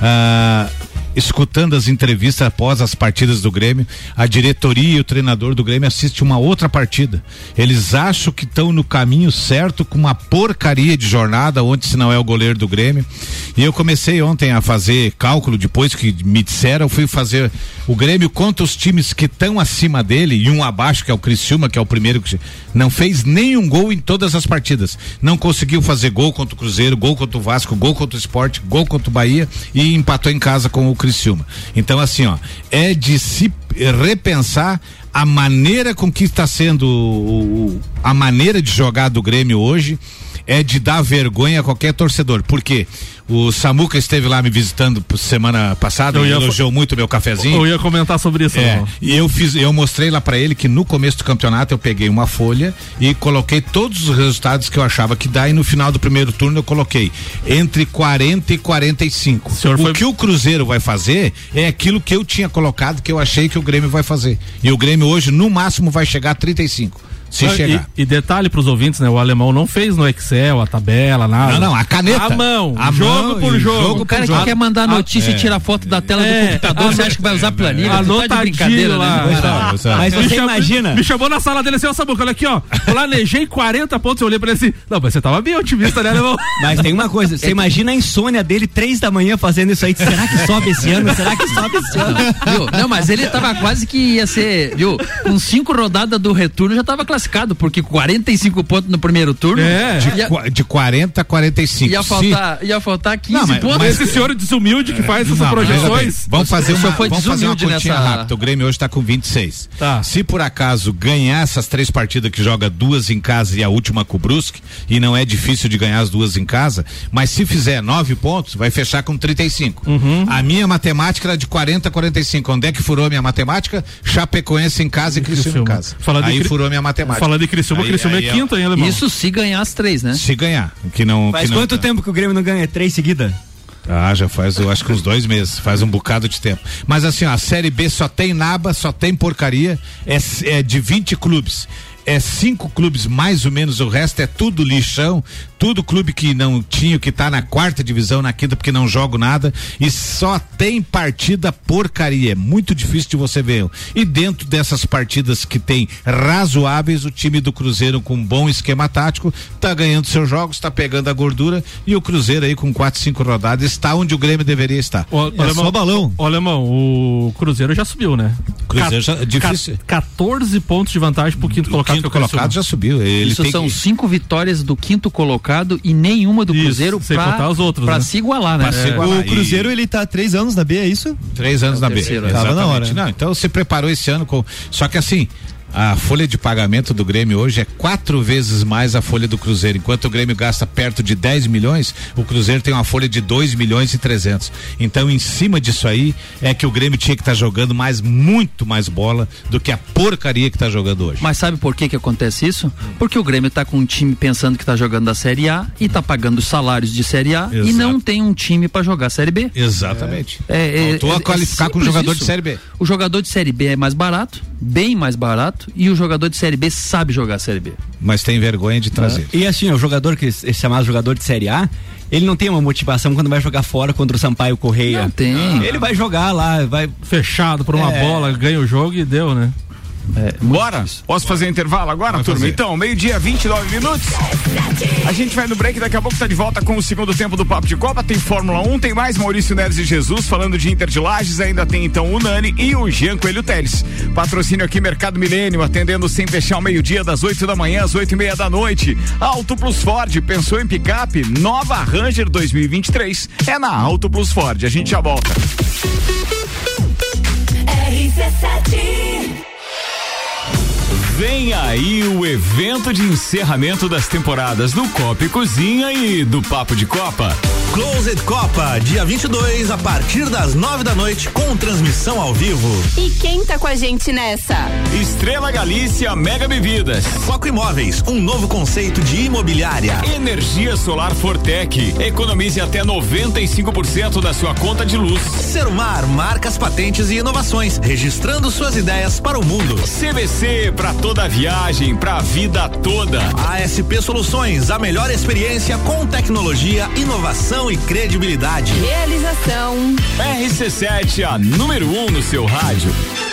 ah, escutando as entrevistas após as partidas do Grêmio, a diretoria e o treinador do Grêmio assistem uma outra partida. Eles acham que estão no caminho certo com uma porcaria de jornada, onde se não é o goleiro do Grêmio. E eu comecei ontem a fazer cálculo, depois que me disseram, eu fui fazer o Grêmio contra os times que estão acima dele e um abaixo, que é o Criciúma, que é o primeiro que não fez nenhum gol em todas as partidas. Não conseguiu fazer gol contra o Cruzeiro, gol contra o Vasco, gol contra o Sport, gol contra o Bahia e empatou em casa com o Criciúma. Então, assim, ó, é de se repensar a maneira com que está sendo o, a maneira de jogar do Grêmio hoje. É de dar vergonha a qualquer torcedor. Por quê? O Samuca esteve lá me visitando semana passada, ele elogiou muito meu cafezinho. Eu ia comentar sobre isso. É, e eu fiz, eu mostrei lá pra ele que no começo do campeonato eu peguei uma folha e coloquei todos os resultados que eu achava que dá, e no final do primeiro turno eu coloquei entre quarenta e quarenta e cinco. O, o foi... que o Cruzeiro vai fazer é aquilo que eu tinha colocado, que eu achei que o Grêmio vai fazer. E o Grêmio hoje no máximo vai chegar a trinta e cinco. Se ah, chegar. E, e detalhe pros ouvintes, né? O alemão não fez no Excel a tabela, nada. Não, não, a caneta. A mão, a jogo mão, por jogo. jogo. O cara que jogo. Quer mandar notícia a, e tira foto da tela é, do computador, você acha que vai usar planilha? Anotadinho tá de brincadeira, lá. Né? Não, não, mas você me imagina. Me chamou na sala dele assim, ó, Samuca, olha aqui, ó. Planejei quarenta pontos, eu olhei pra ele assim, não, mas você tava bem otimista, né, alemão? Mas tem uma coisa, você imagina a insônia dele três da manhã fazendo isso aí. Será que sobe esse ano? Será que sobe esse ano? Viu? Não, mas ele tava quase que ia ser, viu? Com cinco rodadas do retorno já tava classificado, porque quarenta e cinco pontos no primeiro turno. É. De, ia, de quarenta a quarenta e cinco. Ia faltar, Se... ia faltar quinze não, mas, pontos. Mas esse senhor desumilde que faz essas não, projeções. Vamos fazer uma, foi vamos fazer uma continha nessa... rápida. O Grêmio hoje está com vinte e seis. Tá. Se por acaso ganhar essas três partidas, que joga duas em casa e a última com o Brusque, e não é difícil de ganhar as duas em casa, mas se fizer nove pontos, vai fechar com trinta e cinco. Uhum. A minha matemática era de quarenta a quarenta e cinco. Onde é que furou a minha matemática? Chapecoense em casa e Criciúma em casa. Fala aí de, furou a minha matemática. Fala de Criciúma, aí, Criciúma aí, é quinto, hein, alemão? Isso se ganhar as três, né? Se ganhar. Que não, Faz que quanto não, tempo que o Grêmio não ganha? Três seguidas? Ah, já faz, eu acho que uns dois meses, faz um bocado de tempo. Mas assim, ó, a Série B só tem naba, só tem porcaria, é, é de vinte clubes. É cinco clubes mais ou menos, o resto é tudo lixão, tudo clube que não tinha, que tá na quarta divisão, na quinta, porque não joga nada, e só tem partida porcaria, é muito difícil de você ver. E dentro dessas partidas que tem razoáveis, o time do Cruzeiro com um bom esquema tático, tá ganhando seus jogos, tá pegando a gordura, e o Cruzeiro aí com quatro, cinco rodadas está onde o Grêmio deveria estar. O, é alemão, só balão. O alemão, o Cruzeiro já subiu, né? Cruzeiro já, difícil. quatorze pontos de vantagem pro quinto colocado. Quinto colocado já subiu. Ele Isso são que... cinco vitórias do quinto colocado e nenhuma do isso, Cruzeiro sem pra, contar os outros, pra né? se igualar, né? É. O Cruzeiro, e... ele tá há três anos na B, é isso? Três anos é na terceiro, B. Tava na hora. Não, então você preparou esse ano com... Só que assim, a folha de pagamento do Grêmio hoje é quatro vezes mais a folha do Cruzeiro. Enquanto o Grêmio gasta perto de dez milhões, o Cruzeiro tem uma folha de dois milhões e trezentos. Então, em cima disso aí, é que o Grêmio tinha que estar tá jogando mais, muito mais bola do que a porcaria que está jogando hoje. Mas sabe por que que acontece isso? Porque o Grêmio está com um time pensando que está jogando da Série A e está pagando salários de Série A. Exato. E não tem um time para jogar Série B. Exatamente. É, é, Faltou é, a qualificar é com o jogador isso. de Série B. O jogador de Série B é mais barato, bem mais barato, e o jogador de Série B sabe jogar Série B. Mas tem vergonha de trazer. É. E assim, o jogador que é chamado jogador de Série A, ele não tem uma motivação quando vai jogar fora contra o Sampaio Correia. Não tem. Ele vai jogar lá, vai fechado por uma é. bola, ganha o jogo e deu, né? É, Bora? Posso fazer intervalo agora, Vai turma? Fazer. Então, meio-dia, vinte e nove minutos. A gente vai no break, daqui a pouco tá de volta com o segundo tempo do Papo de Copa. Tem Fórmula um, tem mais Maurício Neves e Jesus falando de Inter de Lages. Ainda tem então o Nani e o Jean Coelho Teles. Patrocínio aqui Mercado Milênio, atendendo sem fechar o meio-dia, das oito da manhã às oito e meia da noite. Auto Plus Ford, pensou em picape? Nova Ranger dois mil e vinte e três é na Auto Plus Ford. A gente já volta. R C sete Vem aí o evento de encerramento das temporadas do Copa e Cozinha e do Papo de Copa. Closet Copa, dia vinte e dois, a partir das nove da noite, com transmissão ao vivo. E quem tá com a gente nessa? Estrela Galícia Mega Bebidas. Foco Imóveis, um novo conceito de imobiliária. Energia Solar Fortec, economize até noventa e cinco por cento da sua conta de luz. Serumar, marcas, patentes e inovações, registrando suas ideias para o mundo. C V C, para toda a viagem, pra vida toda. A S P Soluções, a melhor experiência com tecnologia, inovação e credibilidade. Realização R C sete, a número um no seu rádio.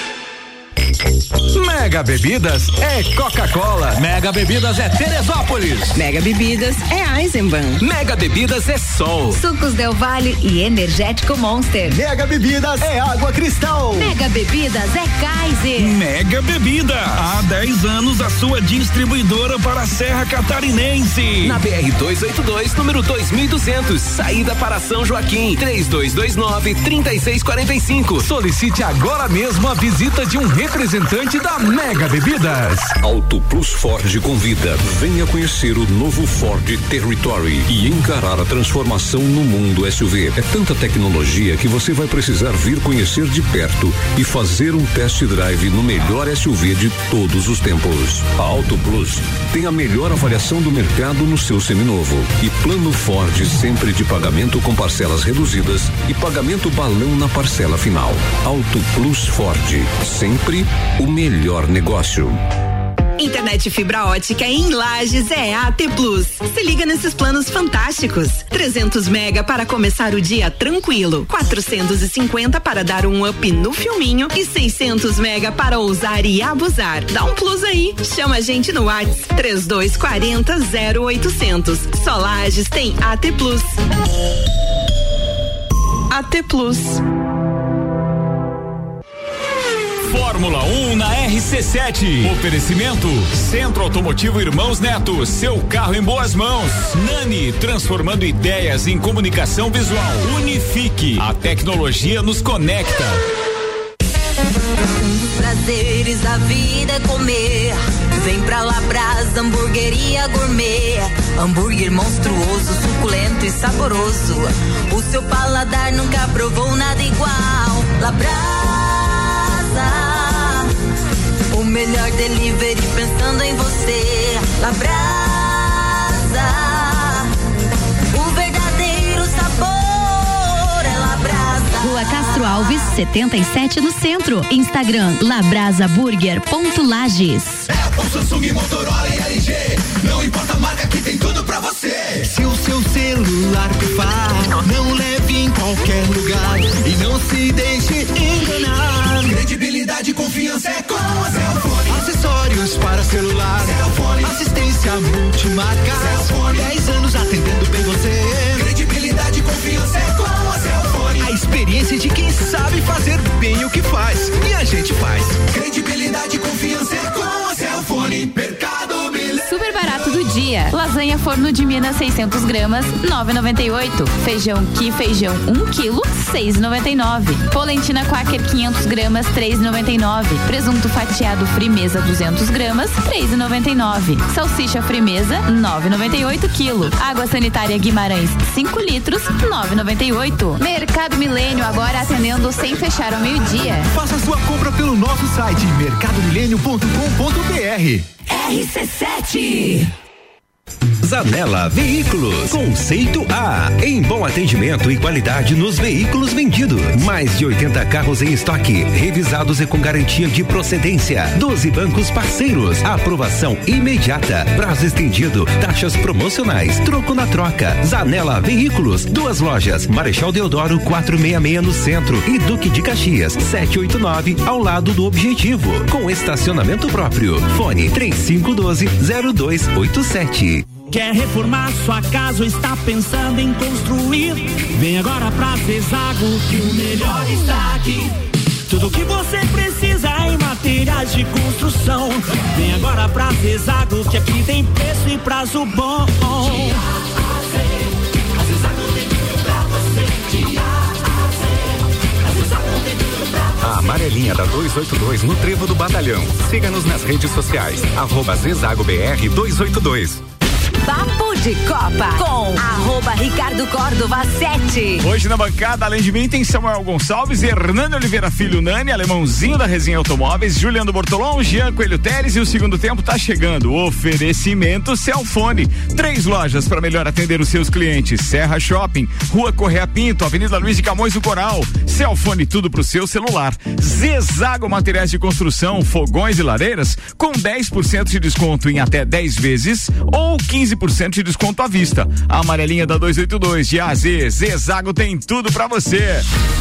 Mega Bebidas é Coca-Cola. Mega Bebidas é Teresópolis. Mega Bebidas é Eisenbahn. Mega Bebidas é Sol. Sucos Del Valle e Energético Monster. Mega Bebidas é Água Cristal. Mega Bebidas é Kaiser. Mega Bebida, há dez anos a sua distribuidora para a Serra Catarinense. Na B R duzentos e oitenta e dois, número dois mil e duzentos, saída para São Joaquim, três dois dois nove, três seis quatro cinco. Solicite agora mesmo a visita de um representante da Mega Bebidas. Auto Plus Ford convida. Venha conhecer o novo Ford Territory e encarar a transformação no mundo S U V. É tanta tecnologia que você vai precisar vir conhecer de perto e fazer um test drive no melhor S U V de todos os tempos. A Auto Plus tem a melhor avaliação do mercado no seu seminovo e plano Ford sempre de pagamento com parcelas reduzidas e pagamento balão na parcela final. Auto Plus Ford, sempre o melhor negócio. Internet fibra ótica em Lages é A T Plus. Se liga nesses planos fantásticos. trezentos mega para começar o dia tranquilo, quatrocentos e cinquenta para dar um up no filminho e seiscentos mega para ousar e abusar. Dá um plus aí. Chama a gente no WhatsApp três dois quatro zero zero oitocentos. Só Lages tem A T Plus. A T Plus. Fórmula um na R C sete. Oferecimento Centro Automotivo Irmãos Neto, seu carro em boas mãos. Nani, transformando ideias em comunicação visual. Unifique, a tecnologia nos conecta. Um dos prazeres da vida é comer. Vem pra Labrasa, hamburgueria gourmet. Hambúrguer monstruoso, suculento e saboroso. O seu paladar nunca provou nada igual. Labrasa, o melhor delivery pensando em você. Labrasa, o verdadeiro sabor. Pedro Alves, setenta e sete no centro. Instagram labrasaburger.lages. Apple, Samsung, Motorola e L G. Não importa a marca, que tem tudo pra você. Se o seu celular pifar, não leve em qualquer lugar e não se deixe enganar. Credibilidade e confiança é com a Cellfone. Acessórios para celular, Cellfone. Assistência multimarca, Cellfone. dez anos atendendo bem você. Credibilidade e confiança é com a Cellfone. A experiência de quem sabe fazer bem o que faz. E a gente faz. Credibilidade e confiança é com a Cellfone. Mercado Milênio. Super barato do dia. Lasanha Forno de Minas seiscentos gramas, nove e noventa e oito. Feijão que feijão um quilo, seis e noventa e nove. Polentina Quaker quinhentos gramas, três e noventa e nove. Presunto fatiado Frimeza duzentos gramas, três e noventa e nove. Salsicha Frimeza, nove e noventa e oito quilo. Água sanitária Guimarães cinco litros, nove e noventa e oito. Mercado Milênio agora atendendo sem fechar ao meio-dia. Faça sua compra pelo nosso site mercado milênio ponto com ponto br. R C sete. Zanela Veículos, conceito A, em bom atendimento e qualidade nos veículos vendidos. Mais de oitenta carros em estoque, revisados e com garantia de procedência. doze bancos parceiros, aprovação imediata, prazo estendido, taxas promocionais, troco na troca. Zanela Veículos, duas lojas, Marechal Deodoro quatrocentos e sessenta e seis no centro e Duque de Caxias setecentos e oitenta e nove ao lado do Objetivo, com estacionamento próprio. Fone três cinco um dois zero dois oito sete. Quer reformar sua casa ou está pensando em construir? Vem agora pra Zezago que o melhor está aqui. Tudo que você precisa em materiais de construção. Vem agora pra Zezago que aqui tem preço e prazo bom. A amarelinha da duzentos e oitenta e dois no Trevo do Batalhão. Siga-nos nas redes sociais. Arroba Zezago B R duzentos e oitenta e dois. Papo de Copa com arroba Ricardo Córdova sete. Hoje na bancada, além de mim, tem Samuel Gonçalves, Hernani Oliveira Filho, Nani, alemãozinho da Resenha Automóveis, Juliano Bortolom, Jean Coelho Teles, e o segundo tempo tá chegando. Oferecimento Cellfone. Três lojas para melhor atender os seus clientes: Serra Shopping, Rua Correia Pinto, Avenida Luiz de Camões do Coral. Cellfone, tudo pro seu celular. Zezago Materiais de Construção, fogões e lareiras com dez por cento de desconto em até dez vezes ou quinze por cento de desconto à vista. A amarelinha da duzentos e oitenta e dois de A a Z. Zezago tem tudo pra você.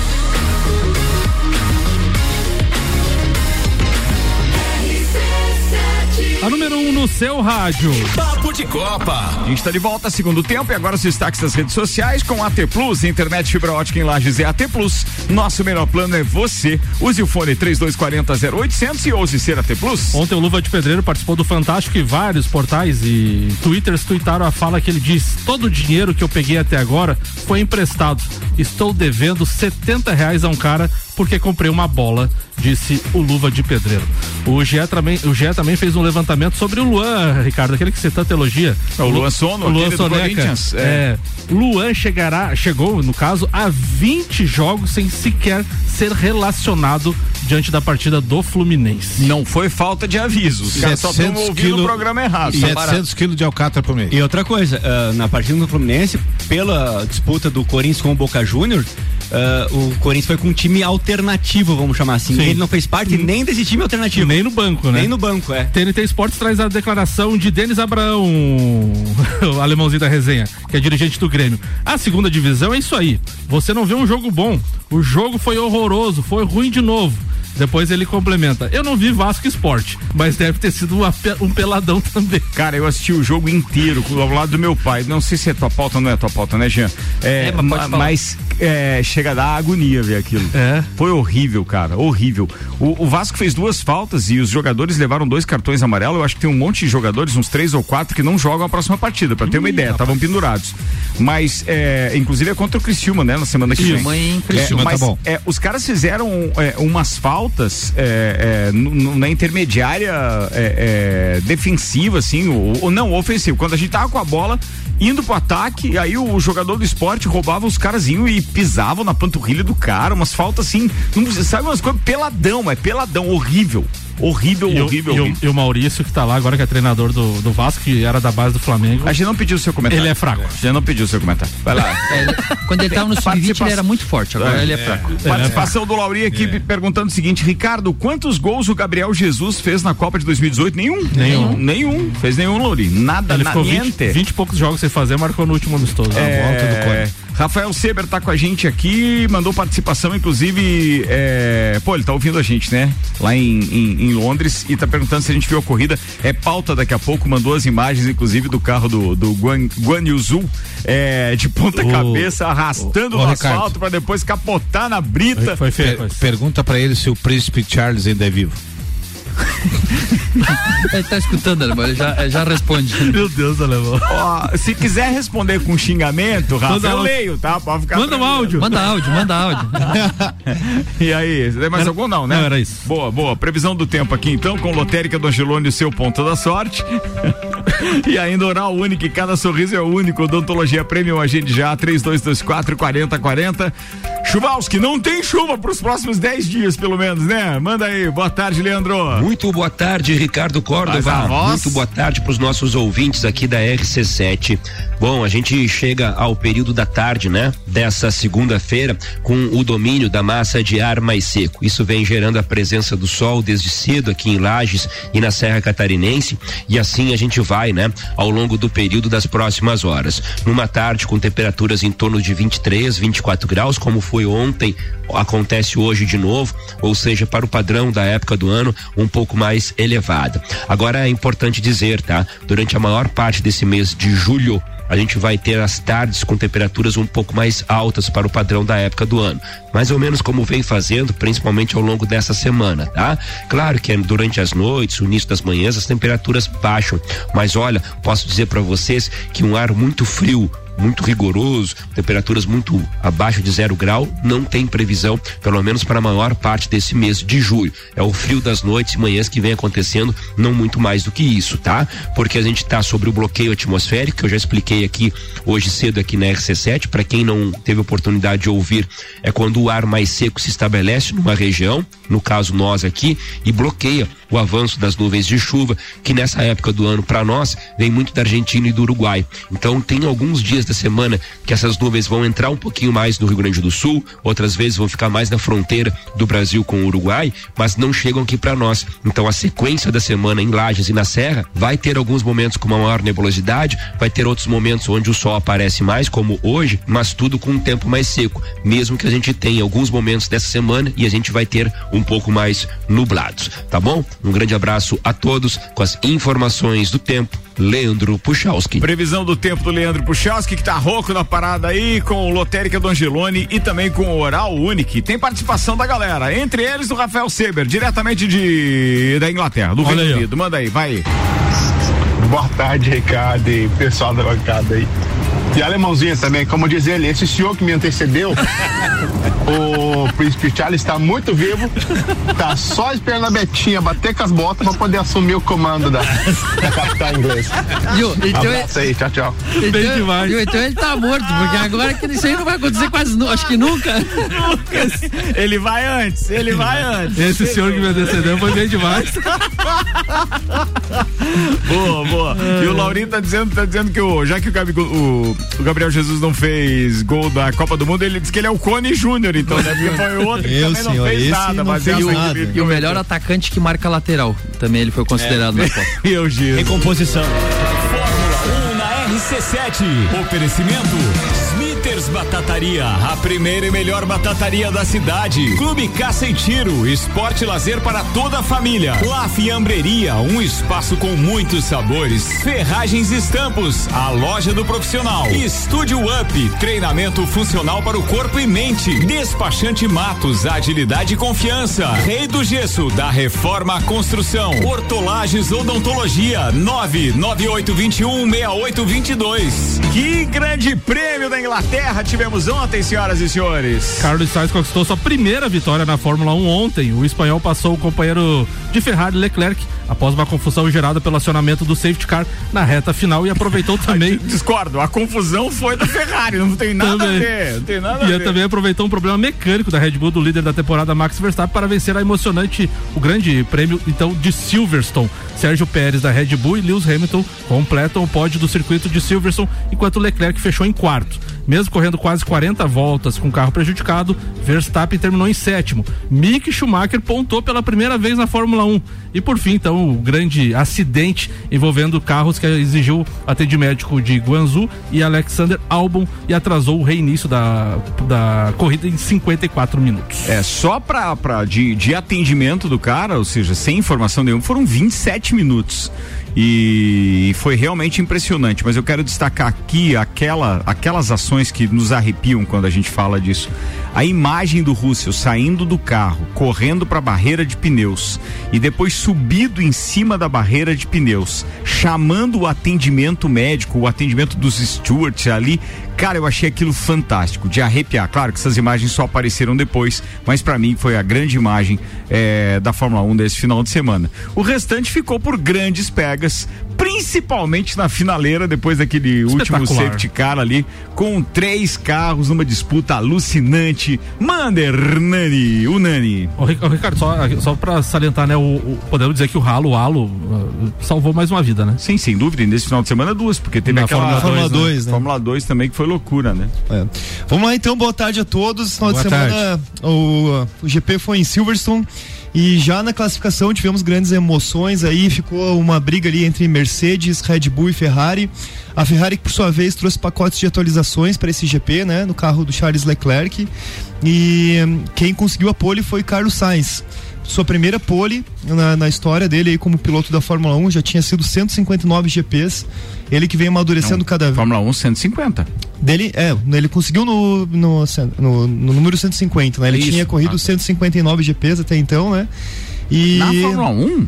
A número um no seu rádio. Papo de Copa. A gente está de volta, segundo tempo, e agora os destaques das redes sociais com A T Plus, internet fibra ótica em Lages é A T Plus. Nosso melhor plano é você. Use o fone três dois quatro zero zero oitocentos e ouse ser A T Plus. Ontem o Luva de Pedreiro participou do Fantástico e vários portais e twitters tuitaram a fala que ele diz: todo o dinheiro que eu peguei até agora foi emprestado. Estou devendo setenta reais a um cara porque comprei uma bola, disse o Luva de Pedreiro. O G E também, o G E também fez um levantamento sobre o Luan, Ricardo, aquele que você tanto elogia. É o Luan Sono, o Luan aquele Soneca, do Corinthians. É. É. Luan chegará, chegou, no caso, a vinte jogos sem sequer ser relacionado diante da partida do Fluminense. Não foi falta de aviso. Os caras só estão ouvindo o programa errado. setecentos quilos de alcatra por mês. E outra coisa, uh, na partida do Fluminense, pela disputa do Corinthians com o Boca Júnior, uh, o Corinthians foi com um time alternativo, vamos chamar assim. Sim. Ele não fez parte hum. nem desse time alternativo. Nem no banco, né? Nem no banco, é. T N T Esportes traz a declaração de Denis Abraão, o alemãozinho da resenha, que é dirigente do Grêmio. A segunda divisão é isso aí. Você não vê um jogo bom. O jogo foi horroroso, foi ruim de novo. Depois ele complementa: eu não vi Vasco Esporte, mas deve ter sido uma, um peladão também. Cara, eu assisti o jogo inteiro ao lado do meu pai. Não sei se é tua pauta ou não é tua pauta, né, Jean? É, é mas, mas é, chega a dar agonia ver aquilo. É. Foi horrível, cara, horrível. O, o Vasco fez duas faltas e os jogadores levaram dois cartões amarelos. Eu acho que tem um monte de jogadores, uns três ou quatro, que não jogam a próxima partida, pra ter uma hum, ideia, estavam pendurados. Mas, é, inclusive é contra o Criciúma, né, na semana que vem. Mãe, é, mas, tá bom. É, os caras fizeram é, umas faltas faltas é, é, n- na intermediária é, é, defensiva, assim, ou, ou não, ofensiva. Quando a gente tava com a bola indo pro ataque, aí o jogador do esporte roubava os carazinhos e pisavam na panturrilha do cara, umas faltas assim, não, sabe, umas coisas peladão, é peladão, horrível. Horrível, e horrível, o, horrível. E o, e o Maurício, que tá lá agora, que é treinador do, do Vasco, que era da base do Flamengo. A gente não pediu o seu comentário. Ele é fraco. A gente não pediu o seu comentário. Vai lá. É, quando ele tava no sub vinte, ele era muito forte, agora é, ele é fraco. É. Participação do Lauri aqui é. perguntando o seguinte: Ricardo, quantos gols o Gabriel Jesus fez na Copa de dois mil e dezoito? Nenhum. Nenhum. Nenhum. Fez nenhum, Lauri. Nada, ele na ficou niente. vinte, vinte e poucos jogos sem fazer, marcou no último amistoso. É... Na volta do Corinthians. Rafael Seber tá com a gente aqui, mandou participação, inclusive, é... pô, ele tá ouvindo a gente, né? Lá em, em, em Londres, e tá perguntando se a gente viu a corrida. É pauta daqui a pouco, mandou as imagens, inclusive, do carro do, do Guan, Guan Yuzu, é, de ponta cabeça, arrastando o, o asfalto para depois capotar na brita. Foi, foi feio. Per, pergunta para ele se o príncipe Charles ainda é vivo. Ele tá escutando, Alemão, ele já, já responde. Meu Deus, Alemão. Ó, se quiser responder com xingamento, Rafa, manda eu áudio. leio, tá? Pode ficar manda um áudio. Manda áudio, manda áudio. E aí, tem mais era, algum não, né? Não, era isso. Boa, boa. Previsão do tempo aqui então, com Lotérica do Angelone, o seu ponto da sorte. E ainda Oral Único, cada sorriso é único. Odontologia Premium, agende já, três dois dois quatro, quatro zero quatro zero. Chuvalski, não tem chuva pros próximos dez dias, pelo menos, né? Manda aí. Boa tarde, Leandro. Muito boa tarde, Ricardo Córdova. Muito boa tarde para os nossos ouvintes aqui da R C sete. Bom, a gente chega ao período da tarde, né? Dessa segunda-feira, com o domínio da massa de ar mais seco. Isso vem gerando a presença do sol desde cedo aqui em Lages e na Serra Catarinense, e assim a gente vai, né? Ao longo do período das próximas horas. Numa tarde com temperaturas em torno de vinte e três, vinte e quatro graus, como foi ontem, acontece hoje de novo, ou seja, para o padrão da época do ano, um pouco mais elevada. Agora é importante dizer, tá? Durante a maior parte desse mês de julho, a gente vai ter as tardes com temperaturas um pouco mais altas para o padrão da época do ano. Mais ou menos como vem fazendo, principalmente ao longo dessa semana, tá? Claro que durante as noites, o início das manhãs, as temperaturas baixam. Mas olha, posso dizer para vocês que um ar muito frio, muito rigoroso, temperaturas muito abaixo de zero grau, não tem previsão, pelo menos para a maior parte desse mês de julho. É o frio das noites e manhãs que vem acontecendo, não muito mais do que isso, tá? Porque a gente tá sobre o bloqueio atmosférico, que eu já expliquei aqui hoje cedo aqui na R C sete, para quem não teve oportunidade de ouvir, é quando o ar mais seco se estabelece numa região, no caso nós aqui, e bloqueia o avanço das nuvens de chuva, que nessa época do ano para nós vem muito da Argentina e do Uruguai. Então tem alguns dias da semana que essas nuvens vão entrar um pouquinho mais no Rio Grande do Sul, outras vezes vão ficar mais na fronteira do Brasil com o Uruguai, mas não chegam aqui para nós. Então a sequência da semana em Lages e na Serra vai ter alguns momentos com uma maior nebulosidade, vai ter outros momentos onde o sol aparece mais, como hoje, mas tudo com um tempo mais seco, mesmo que a gente tenha alguns momentos dessa semana e a gente vai ter um pouco mais nublados, tá bom? Um grande abraço a todos com as informações do tempo. Leandro Puchalski. Previsão do tempo do Leandro Puchalski, que tá rouco na parada aí, com o Lotérica do Angelone e também com o Oral Único. Tem participação da galera, entre eles o Rafael Seber, diretamente de da Inglaterra, do Reino Unido. Manda aí, vai aí. Boa tarde, Ricardo e pessoal da bancada aí. E alemãozinho também, como diz ele, esse senhor que me antecedeu, o Príncipe Charles está muito vivo, tá só esperando a Betinha bater com as botas para poder assumir o comando da, da capital inglesa. Então abraço aí, tchau, tchau. Então, demais. Então ele tá morto, porque agora que isso aí não vai acontecer quase, nu- acho que nunca. Ele vai antes, ele vai antes. Esse senhor que me antecedeu foi bem demais. Boa, boa. E o Laurinho tá dizendo, tá dizendo que o, já que o, Gabi, o, o Gabriel Jesus não fez gol da Copa do Mundo, ele disse que ele é o Cone Júnior, então, né? Porque foi o outro que Eu, também não senhor, fez esse nada, não mas fez essa nada. que- E o melhor atacante que marca lateral, também ele foi considerado É. na Copa. E eu giro. Recomposição. um na R C sete. Oferecimento Smithers Batataria, a primeira e melhor batataria da cidade. Clube Caça e Tiro, esporte e lazer para toda a família. La Fiambreria, um espaço com muitos sabores. Ferragens e Estampos, a loja do profissional. Estúdio Up, treinamento funcional para o corpo e mente. Despachante Matos, agilidade e confiança. Rei do Gesso, da Reforma à Construção. Hortolagens Odontologia, nove nove oito dois um, seis oito dois dois. Que grande prêmio da Inglaterra Inglaterra tivemos ontem, senhoras e senhores. Carlos Sainz conquistou sua primeira vitória na Fórmula um ontem. O espanhol passou o companheiro de Ferrari, Leclerc, após uma confusão gerada pelo acionamento do safety car na reta final, e aproveitou também... Discordo, a confusão foi da Ferrari, não tem nada também. a ver, não tem nada e a ver. também aproveitou um problema mecânico da Red Bull, do líder da temporada, Max Verstappen, para vencer a emocionante, o grande prêmio, então, de Silverstone. Sérgio Pérez da Red Bull e Lewis Hamilton completam o pódio do circuito de Silverstone, enquanto Leclerc fechou em quarto. Mesmo correndo quase quarenta voltas com o carro prejudicado, Verstappen terminou em sétimo. Mick Schumacher pontou pela primeira vez na Fórmula um. E por fim, então, o grande acidente envolvendo carros que exigiu atendimento médico de Guangzhou e Alexander Albon e atrasou o reinício da, da corrida em cinquenta e quatro minutos. É, só pra, pra de, de atendimento do cara, ou seja, sem informação nenhuma, foram vinte e sete minutos. E foi realmente impressionante, mas eu quero destacar aqui aquela, aquelas ações que nos arrepiam quando a gente fala disso. A imagem do Russell saindo do carro, correndo para a barreira de pneus e depois subido em cima da barreira de pneus, chamando o atendimento médico, o atendimento dos stewards ali. Cara, eu achei aquilo fantástico, de arrepiar. Claro que essas imagens só apareceram depois, mas para mim foi a grande imagem é, da Fórmula um desse final de semana. O restante ficou por grandes pegas, principalmente na finaleira, depois daquele último safety car ali, com três carros numa disputa alucinante. Manda, Hernani, o Nani. Ô, Ricardo, só, só pra salientar, né, o, o, podemos dizer que o Halo, o Halo uh, salvou mais uma vida, né? Sim, sem dúvida, e nesse final de semana duas, porque teve na aquela Fórmula dois, né? Fórmula dois também, que foi loucura, né? É. Vamos lá então, boa tarde a todos. Final boa de semana o, o G P foi em Silverstone e já na classificação tivemos grandes emoções aí, ficou uma briga ali entre Mercedes, Red Bull e Ferrari. A Ferrari, que por sua vez trouxe pacotes de atualizações para esse G P, né, no carro do Charles Leclerc, e quem conseguiu a pole foi Carlos Sainz. Sua primeira pole na, na história dele aí como piloto da Fórmula um, já tinha sido cento e cinquenta e nove G Ps. Ele que vem amadurecendo Não, cada vez. Fórmula um cento e cinquenta. Dele, é, ele conseguiu no, no, no, no número cento e cinquenta, né? Ele é tinha corrido ah. cento e cinquenta e nove G Ps até então, né? E na Fórmula um?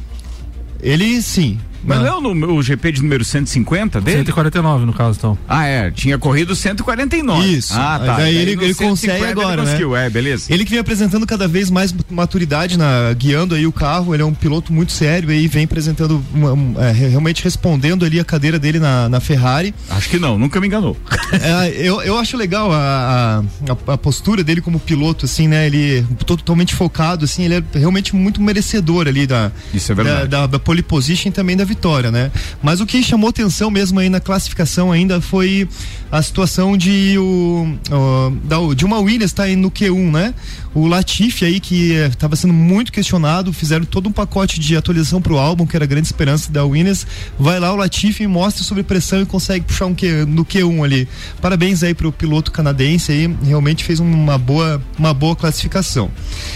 Ele sim. Mas não é o, o G P de número cento e cinquenta dele? cento e quarenta e nove no caso, então. Ah, é, tinha corrido cento e quarenta e nove. Isso. Ah, tá. Aí ele, ele consegue agora, ele conseguiu, né? É, beleza. Ele que vem apresentando cada vez mais maturidade na, guiando aí o carro, ele é um piloto muito sério aí, vem apresentando, uma, uma, é, realmente respondendo ali a cadeira dele na, na Ferrari. Acho que não, nunca me enganou. É, eu, eu acho legal a, a, a postura dele como piloto, assim, né? Ele totalmente focado, assim, ele é realmente muito merecedor ali da, Isso é verdade. da, da, da pole position e também da vitória, né? Mas o que chamou atenção mesmo aí na classificação ainda foi a situação de o, o da, de uma Williams tá aí no Q um, né? O Latifi aí que estava sendo muito questionado, fizeram todo um pacote de atualização pro álbum, que era a grande esperança da Williams. Vai lá o Latifi, mostra sobre pressão e consegue puxar um Q, no Q um ali. Parabéns aí pro piloto canadense aí, realmente fez uma boa, uma boa classificação.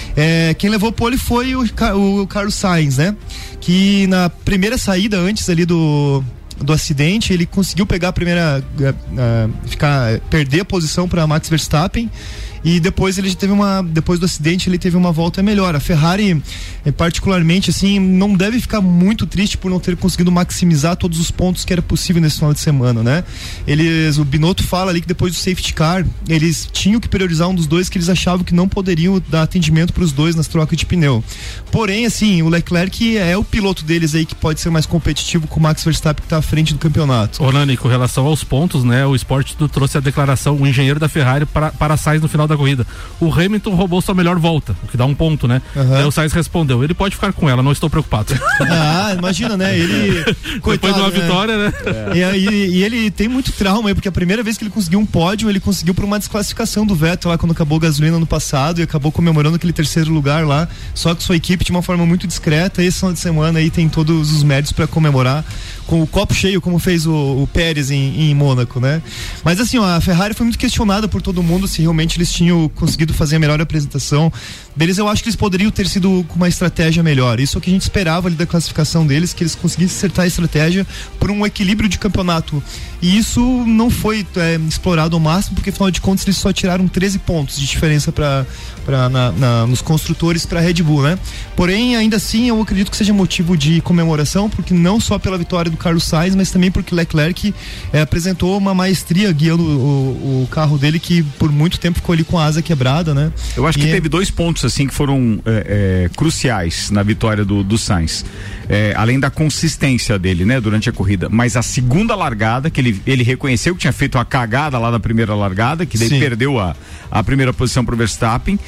É, quem levou pole foi o, o Carlos Sainz, né? Que na primeira saída antes ali do do acidente, ele conseguiu pegar a primeira uh, uh, ficar, perder a posição para Max Verstappen, e depois ele teve uma, depois do acidente ele teve uma volta melhor. A Ferrari, eh, particularmente assim, não deve ficar muito triste por não ter conseguido maximizar todos os pontos que era possível nesse final de semana, né? Eles, o Binotto fala ali que depois do safety car, eles tinham que priorizar um dos dois, que eles achavam que não poderiam dar atendimento para os dois nas trocas de pneu. Porém, assim, o Leclerc é o piloto deles aí que pode ser mais competitivo com o Max Verstappen, que está à frente do campeonato. Ô Nani, com relação aos pontos, né? O Sport trouxe a declaração, o engenheiro da Ferrari para, para Sainz no final da corrida. O Hamilton roubou sua melhor volta, o que dá um ponto, né? Uhum. Aí o Sainz respondeu, ele pode ficar com ela, não estou preocupado. Ah, imagina, né? Ele, coitado, depois de uma né? vitória, né? É. E, e, e ele tem muito trauma aí, porque a primeira vez que ele conseguiu um pódio, ele conseguiu por uma desclassificação do Vettel lá quando acabou a gasolina no passado, e acabou comemorando aquele terceiro lugar lá, só que sua equipe de uma forma muito discreta. Esse final de semana aí tem todos os méritos para comemorar com o copo cheio, como fez o, o Pérez em, em Mônaco, né? Mas assim, ó, a Ferrari foi muito questionada por todo mundo se realmente eles tinham conseguido fazer a melhor apresentação deles. Eu acho que eles poderiam ter sido com uma estratégia melhor. Isso é o que a gente esperava ali da classificação deles, que eles conseguissem acertar a estratégia por um equilíbrio de campeonato. E isso não foi é, explorado ao máximo, porque afinal de contas eles só tiraram treze pontos de diferença para para na, na, nos construtores para a Red Bull, né? Porém, ainda assim, eu acredito que seja motivo de comemoração, porque não só pela vitória do Carlos Sainz, mas também porque Leclerc é, apresentou uma maestria guiando o, o carro dele, que por muito tempo ficou ali com a asa quebrada, né? Eu acho e que é... teve dois pontos assim que foram é, é, cruciais na vitória do, do Sainz. É, além da consistência dele, né, durante a corrida, mas a segunda largada, que ele, ele reconheceu que tinha feito uma cagada lá na primeira largada, que daí Sim. perdeu a, a primeira posição pro Verstappen,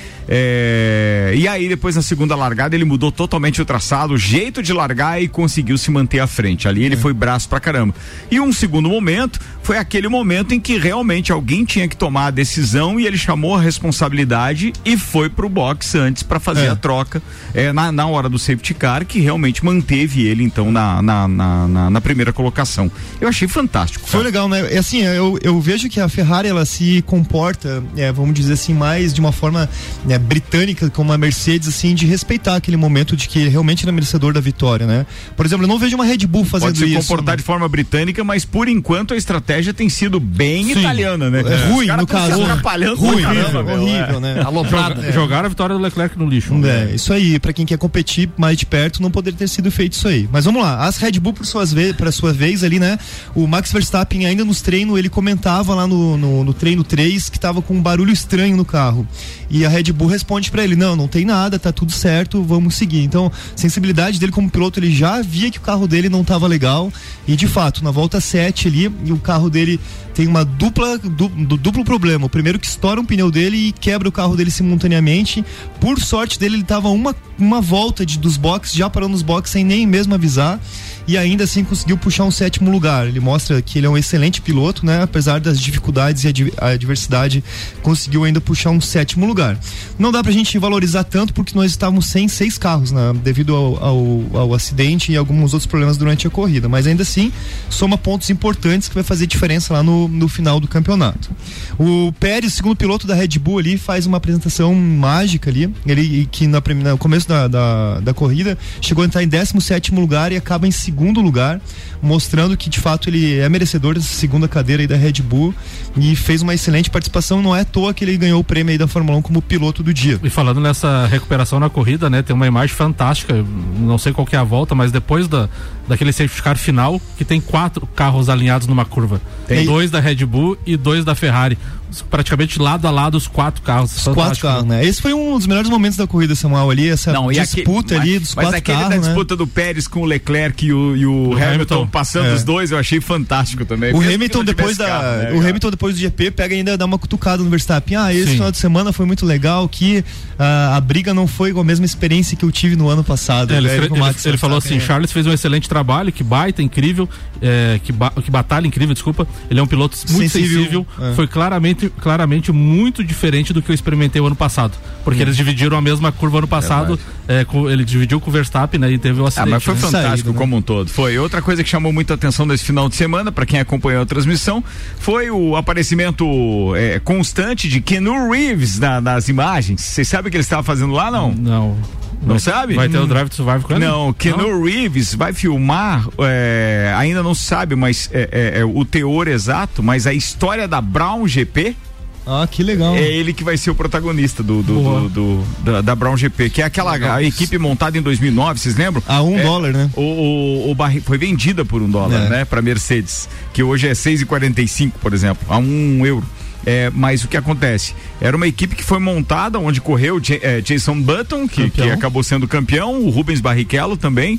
é, e aí depois na segunda largada ele mudou totalmente o traçado, o jeito de largar, e conseguiu se manter à frente. Ali ele é. foi braço pra caramba. E um segundo momento foi aquele momento em que realmente alguém tinha que tomar a decisão, e ele chamou a responsabilidade e foi pro box antes para fazer é. a troca é, na, na hora do safety car, que realmente manteve ele então na, na, na, na, na primeira colocação. Eu achei fantástico. Cara. Foi legal, né? É assim, eu, eu vejo que a Ferrari, ela se comporta, é, vamos dizer assim, mais de uma forma né, britânica, como a Mercedes, assim, de respeitar aquele momento de que realmente era merecedor da vitória, né? Por exemplo, eu não vejo uma Red Bull fazendo isso. Pode se comportar de forma britânica, mas por enquanto a estratégia tem sido bem Sim. italiana, né? É, ruim, no caso. Atrapalhando ruim, caramba, horrível, horrível é. né? Aloprado. É. Jogaram a vitória do Leclerc no lixo. É, né? isso aí, pra quem quer competir mais de perto, não poderia ter sido feito isso aí. Mas vamos lá, as Red Bull por suas ve- pra sua vez ali, né? O Max Verstappen ainda nos treinos, ele comentava lá no, no, no treino três que tava com um barulho estranho no carro. E a Red Bull responde pra ele, não, não tem nada, tá tudo certo, vamos seguir. Então, sensibilidade dele como piloto, ele já via que o carro dele não tava legal, e de fato, na volta sete ali, o carro dele tem uma dupla, du, duplo problema. O primeiro que estoura um pneu dele e quebra o carro dele simultaneamente. Por sorte dele, ele tava uma, uma volta de, dos boxes, já parou nos boxes sem nem mesmo avisar, e ainda assim conseguiu puxar um sétimo lugar. Ele mostra que ele é um excelente piloto, né? Apesar das dificuldades e a adversidade, conseguiu ainda puxar um sétimo lugar. Não dá pra gente valorizar tanto porque nós estávamos sem seis carros, né? Devido ao, ao, ao acidente e alguns outros problemas durante a corrida, mas ainda assim soma pontos importantes que vai fazer diferença lá no, no final do campeonato. O Pérez, segundo piloto da Red Bull ali, faz uma apresentação mágica ali, ele que na, no começo da, da, da corrida chegou a entrar em décimo sétimo lugar e acaba em segundo lugar, mostrando que de fato ele é merecedor dessa segunda cadeira aí da Red Bull, e fez uma excelente participação. Não é à toa que ele ganhou o prêmio aí da Fórmula um como piloto do dia. E falando nessa recuperação na corrida, né, tem uma imagem fantástica, não sei qual que é a volta, mas depois da, daquele safety car final, que tem quatro carros alinhados numa curva, tem dois da Red Bull e dois da Ferrari, praticamente lado a lado os quatro carros. Os quatro carros, né? Esse foi um dos melhores momentos da corrida, Samuel, ali, essa não, disputa aquele, ali mas, dos mas quatro carros, da né? disputa do Pérez com o Leclerc e o, e o, o Hamilton, Hamilton passando é. os dois, eu achei fantástico também. O Hamilton depois da, carro, né, o Hamilton depois do G P pega ainda dá uma cutucada no Verstappen. Ah, esse Sim. final de semana foi muito legal, que uh, a briga não foi com a mesma experiência que eu tive no ano passado. É, ele, ele, ele, ele falou assim, é. Charles fez um excelente trabalho, que baita, incrível, é, que, ba, que batalha incrível, desculpa. Ele é um piloto muito sensível, sensível é. foi claramente, claramente muito diferente do que eu experimentei o ano passado, porque hum. eles dividiram a mesma curva ano passado, é, com, ele dividiu com o Verstappen, né, e teve o um acidente. Ah, mas foi né? fantástico Saído, como né? um todo. Foi outra coisa que chamou muita atenção desse final de semana, para quem acompanhou a transmissão, foi o aparecimento é, constante de Keanu Reeves na, nas imagens. Vocês sabem o que ele estava fazendo lá, não? Não. Não vai, sabe? Vai ter o Drive to Survive com ele? Não, Keanu Reeves vai filmar, é, ainda não se sabe, mas é, é, é, o teor exato, mas a história da Brown G P. Ah, que legal. É ele que vai ser o protagonista do, do, do, do da, da Brown G P, que é aquela a equipe montada em dois mil e nove, vocês lembram? A um é, dólar, né? O, o, o barri, foi vendida por um dólar, é. né? Pra Mercedes, que hoje é seis e quarenta e cinco, por exemplo, a um euro. É, mas o que acontece? Era uma equipe que foi montada, onde correu é, Jason Button, que, que acabou sendo campeão, o Rubens Barrichello também,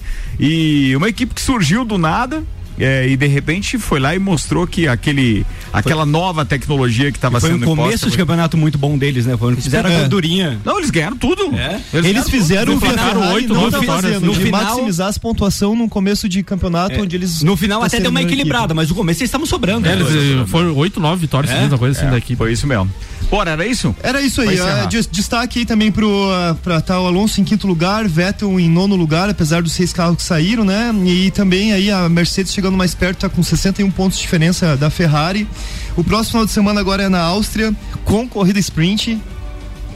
e uma equipe que surgiu do nada. É, e de repente foi lá e mostrou que aquele, aquela foi, nova tecnologia que estava sendo imposta. Foi um começo de campeonato muito bom deles, né? Foi, fizeram é. a gordurinha. Não, eles ganharam tudo. É. Eles, eles fizeram o oito, nove vitórias. No de final, maximizar as pontuações no começo de campeonato, é. onde eles... No final até deu uma equilibrada, mas no começo eles estavam sobrando. É, eles foram oito, nove vitórias, é. coisa assim é. da equipe. Foi isso mesmo. Bora, era isso? Era isso aí. Uh, destaque aí também pro uh, pra tá o Alonso em quinto lugar, Vettel em nono lugar, apesar dos seis carros que saíram, né? E também aí a Mercedes chegando mais perto, tá com sessenta e um pontos de diferença da Ferrari. O próximo final de semana agora é na Áustria, com corrida sprint. É,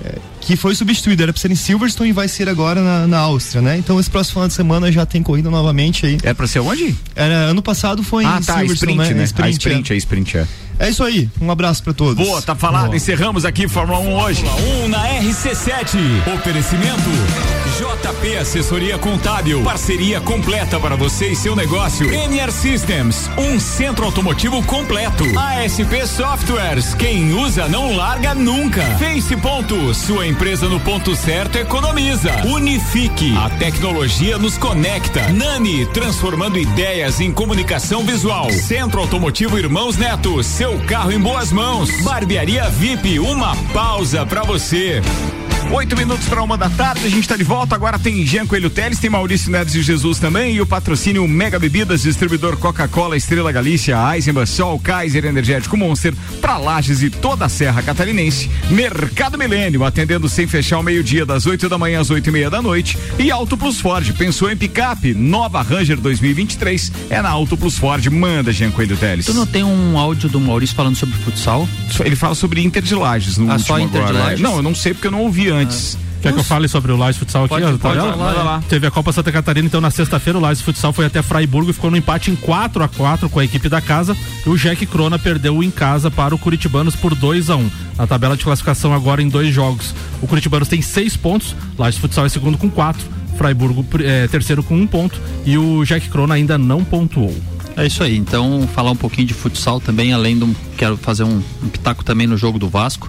que foi substituído, era pra ser em Silverstone e vai ser agora na, na Áustria, né? Então esse próximo final de semana já tem corrida novamente aí. É pra ser onde? Era, ano passado foi ah, em tá, Silverstone, sprint, né? né? Sprint, a sprint, é. a sprint, é. É isso aí, um abraço pra todos. Boa, tá falado, Boa. Encerramos aqui Fórmula um hoje. Fórmula um na R C sete. Oferecimento J P Assessoria Contábil. Parceria completa para você e seu negócio. N R Systems, um centro automotivo completo. A S P Softwares, quem usa não larga nunca. Face Ponto, sua empresa no ponto certo economiza. Unifique, a tecnologia nos conecta. Nani, transformando ideias em comunicação visual. Centro Automotivo Irmãos Neto, seu carro em boas mãos. Barbearia V I P, uma pausa pra você. Oito minutos para uma da tarde, a gente está de volta. Agora tem Jean Coelho Teles, tem Maurício Neves de Jesus também. E o patrocínio Mega Bebidas, distribuidor Coca-Cola, Estrela Galícia, Eisenbach, Sol, Kaiser, Energético Monster, para Lages e toda a Serra Catarinense. Mercado Milênio, atendendo sem fechar ao meio-dia, das oito da manhã às oito e meia da noite. E Auto Plus Ford, pensou em picape? Nova Ranger dois mil e vinte e três é na Auto Plus Ford. Manda, Jean Coelho Teles. Tu não tem um áudio do Maurício falando sobre futsal? Ele fala sobre Inter de Lages no ah, último só Inter agora. De Lages? Não, eu não sei porque eu não ouvi antes. Ah. Quer que eu fale sobre o Lages Futsal aqui? Pode, ó, pode, tá lá, lá, lá. Teve a Copa Santa Catarina, então na sexta-feira o Lages Futsal foi até Fraiburgo e ficou no empate em quatro a quatro com a equipe da casa, e o Jack Crona perdeu em casa para o Curitibanos por dois a um. Na tabela de classificação agora em dois jogos, o Curitibanos tem seis pontos, Lages Futsal é segundo com quatro, Fraiburgo é terceiro com um ponto e o Jack Crona ainda não pontuou. É isso aí, então falar um pouquinho de futsal também, além do, quero fazer um, um pitaco também no jogo do Vasco.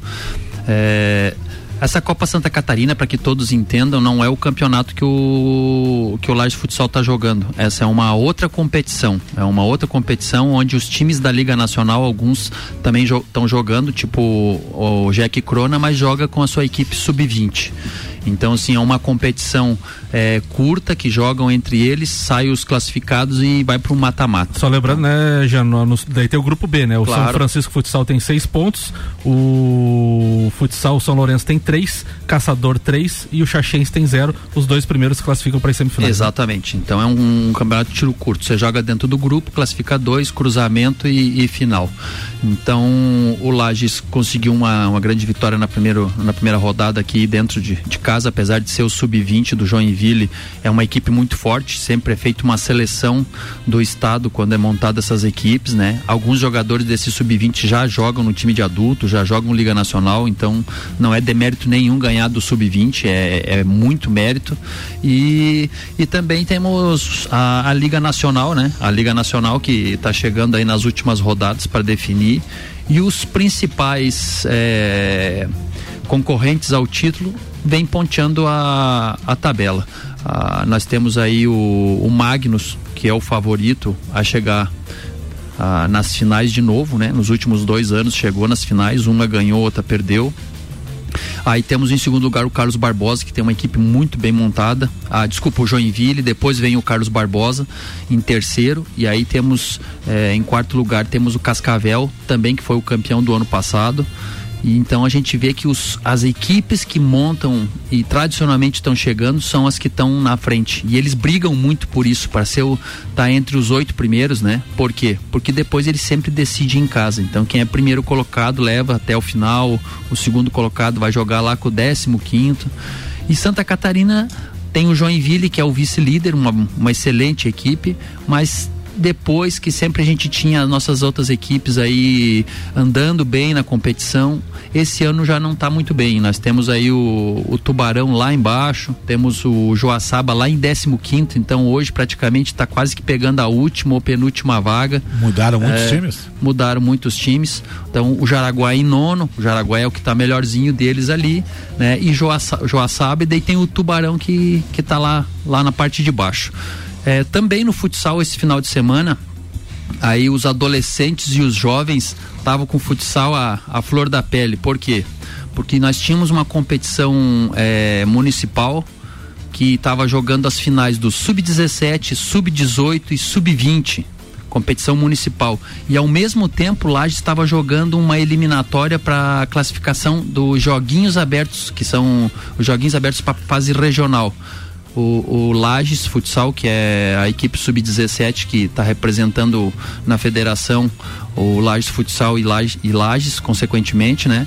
É, essa Copa Santa Catarina, para que todos entendam, não é o campeonato que o que o Lages Futsal está jogando. Essa é uma outra competição, é uma outra competição onde os times da Liga Nacional, alguns também estão jo- jogando, tipo o Jack Crona, mas joga com a sua equipe sub vinte. Então, assim, é uma competição é, curta que jogam entre eles, saem os classificados e vai para o mata-mata. Só lembrando, né, já no, no, daí tem o grupo B, né? O claro. São Francisco Futsal tem seis pontos, o Futsal São Lourenço tem três, Caçador três e o Xaxense tem zero. Os dois primeiros classificam para as semifinais. Exatamente. Né? Então é um, um campeonato de tiro curto. Você joga dentro do grupo, classifica dois, cruzamento e, e final. Então o Lages conseguiu uma, uma grande vitória na, primeiro, na primeira rodada aqui dentro de, de casa. Apesar de ser o sub vinte do Joinville, é uma equipe muito forte, sempre é feita uma seleção do estado quando é montada essas equipes, né? Alguns jogadores desse sub vinte já jogam no time de adulto, já jogam Liga Nacional, então não é demérito nenhum ganhar do sub vinte, é, é muito mérito. E, e também temos a, a Liga Nacional, né? A Liga Nacional que está chegando aí nas últimas rodadas para definir, e os principais é, concorrentes ao título vem ponteando a, a tabela. Ah, nós temos aí o, o Magnus, que é o favorito a chegar ah, nas finais de novo, né? Nos últimos dois anos chegou nas finais, uma ganhou, outra perdeu. Aí temos em segundo lugar o Carlos Barbosa, que tem uma equipe muito bem montada. Ah, desculpa, o Joinville, depois vem o Carlos Barbosa em terceiro, e aí temos eh, em quarto lugar temos o Cascavel, também que foi o campeão do ano passado. E então a gente vê que os, as equipes que montam e tradicionalmente estão chegando são as que estão na frente. E eles brigam muito por isso, para ser o, tá entre os oito primeiros, né? Por quê? Porque depois eles sempre decidem em casa. Então quem é primeiro colocado leva até o final, o segundo colocado vai jogar lá com o décimo quinto. E Santa Catarina tem o Joinville, que é o vice-líder, uma, uma excelente equipe, mas depois que sempre a gente tinha as nossas outras equipes aí andando bem na competição, esse ano já não está muito bem. Nós temos aí o, o Tubarão lá embaixo, temos o Joaçaba lá em décimo quinto, então hoje praticamente está quase que pegando a última ou penúltima vaga. Mudaram muitos é, times? Mudaram muitos times. Então o Jaraguá em nono, o Jaraguá é o que está melhorzinho deles ali, né? E Joaçaba, Joaçaba, e daí tem o Tubarão que que está lá, lá na parte de baixo. É, também no futsal esse final de semana, aí os adolescentes e os jovens estavam com o futsal à, à flor da pele. Por quê? Porque nós tínhamos uma competição é, municipal que estava jogando as finais do sub dezessete, sub dezoito e sub vinte, competição municipal. E ao mesmo tempo Lages estava jogando uma eliminatória para a classificação dos Joguinhos Abertos, que são os Joguinhos Abertos para fase regional. O, o Lages Futsal, que é a equipe sub dezessete que está representando na federação o Lages Futsal e Lages, e Lages, consequentemente, né?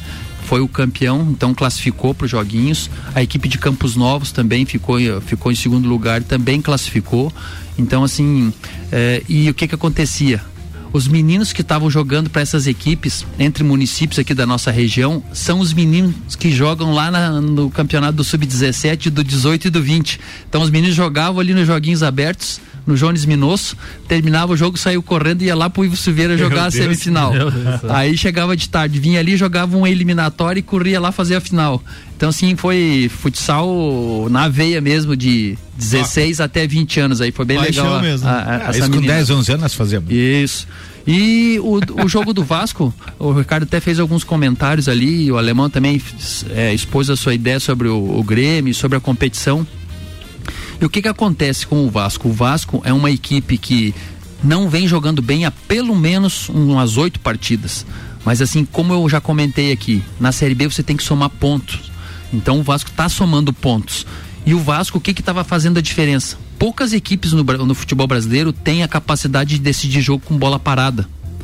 foi o campeão, então classificou para os joguinhos. A equipe de Campos Novos também ficou, ficou em segundo lugar, também classificou. Então, assim, é, e o que que acontecia? Os meninos que estavam jogando para essas equipes, entre municípios aqui da nossa região, são os meninos que jogam lá na, no campeonato do sub dezessete, do dezoito e do vinte. Então os meninos jogavam ali nos joguinhos abertos, no Jones Minosso, terminava o jogo, saiu correndo e ia lá pro Ivo Silveira jogar Meu a Deus, semifinal. Deus Deus. Aí chegava de tarde, vinha ali, jogava um eliminatório e corria lá fazer a final. Então assim, foi futsal na veia mesmo, de dezesseis ah. até vinte anos, aí foi bem Paixão legal. Mesmo. A, a, a, ah, isso com dez, onze anos nós fazíamos. Isso. E o, o jogo do Vasco, o Ricardo até fez alguns comentários ali, o Alemão também é, expôs a sua ideia sobre o, o Grêmio, sobre a competição. E o que que acontece com o Vasco? O Vasco é uma equipe que não vem jogando bem há pelo menos umas oito partidas. Mas assim, como eu já comentei aqui, na Série B você tem que somar pontos. Então o Vasco está somando pontos. E o Vasco, o que que estava fazendo a diferença? Poucas equipes no, no futebol brasileiro têm a capacidade de decidir jogo com bola parada.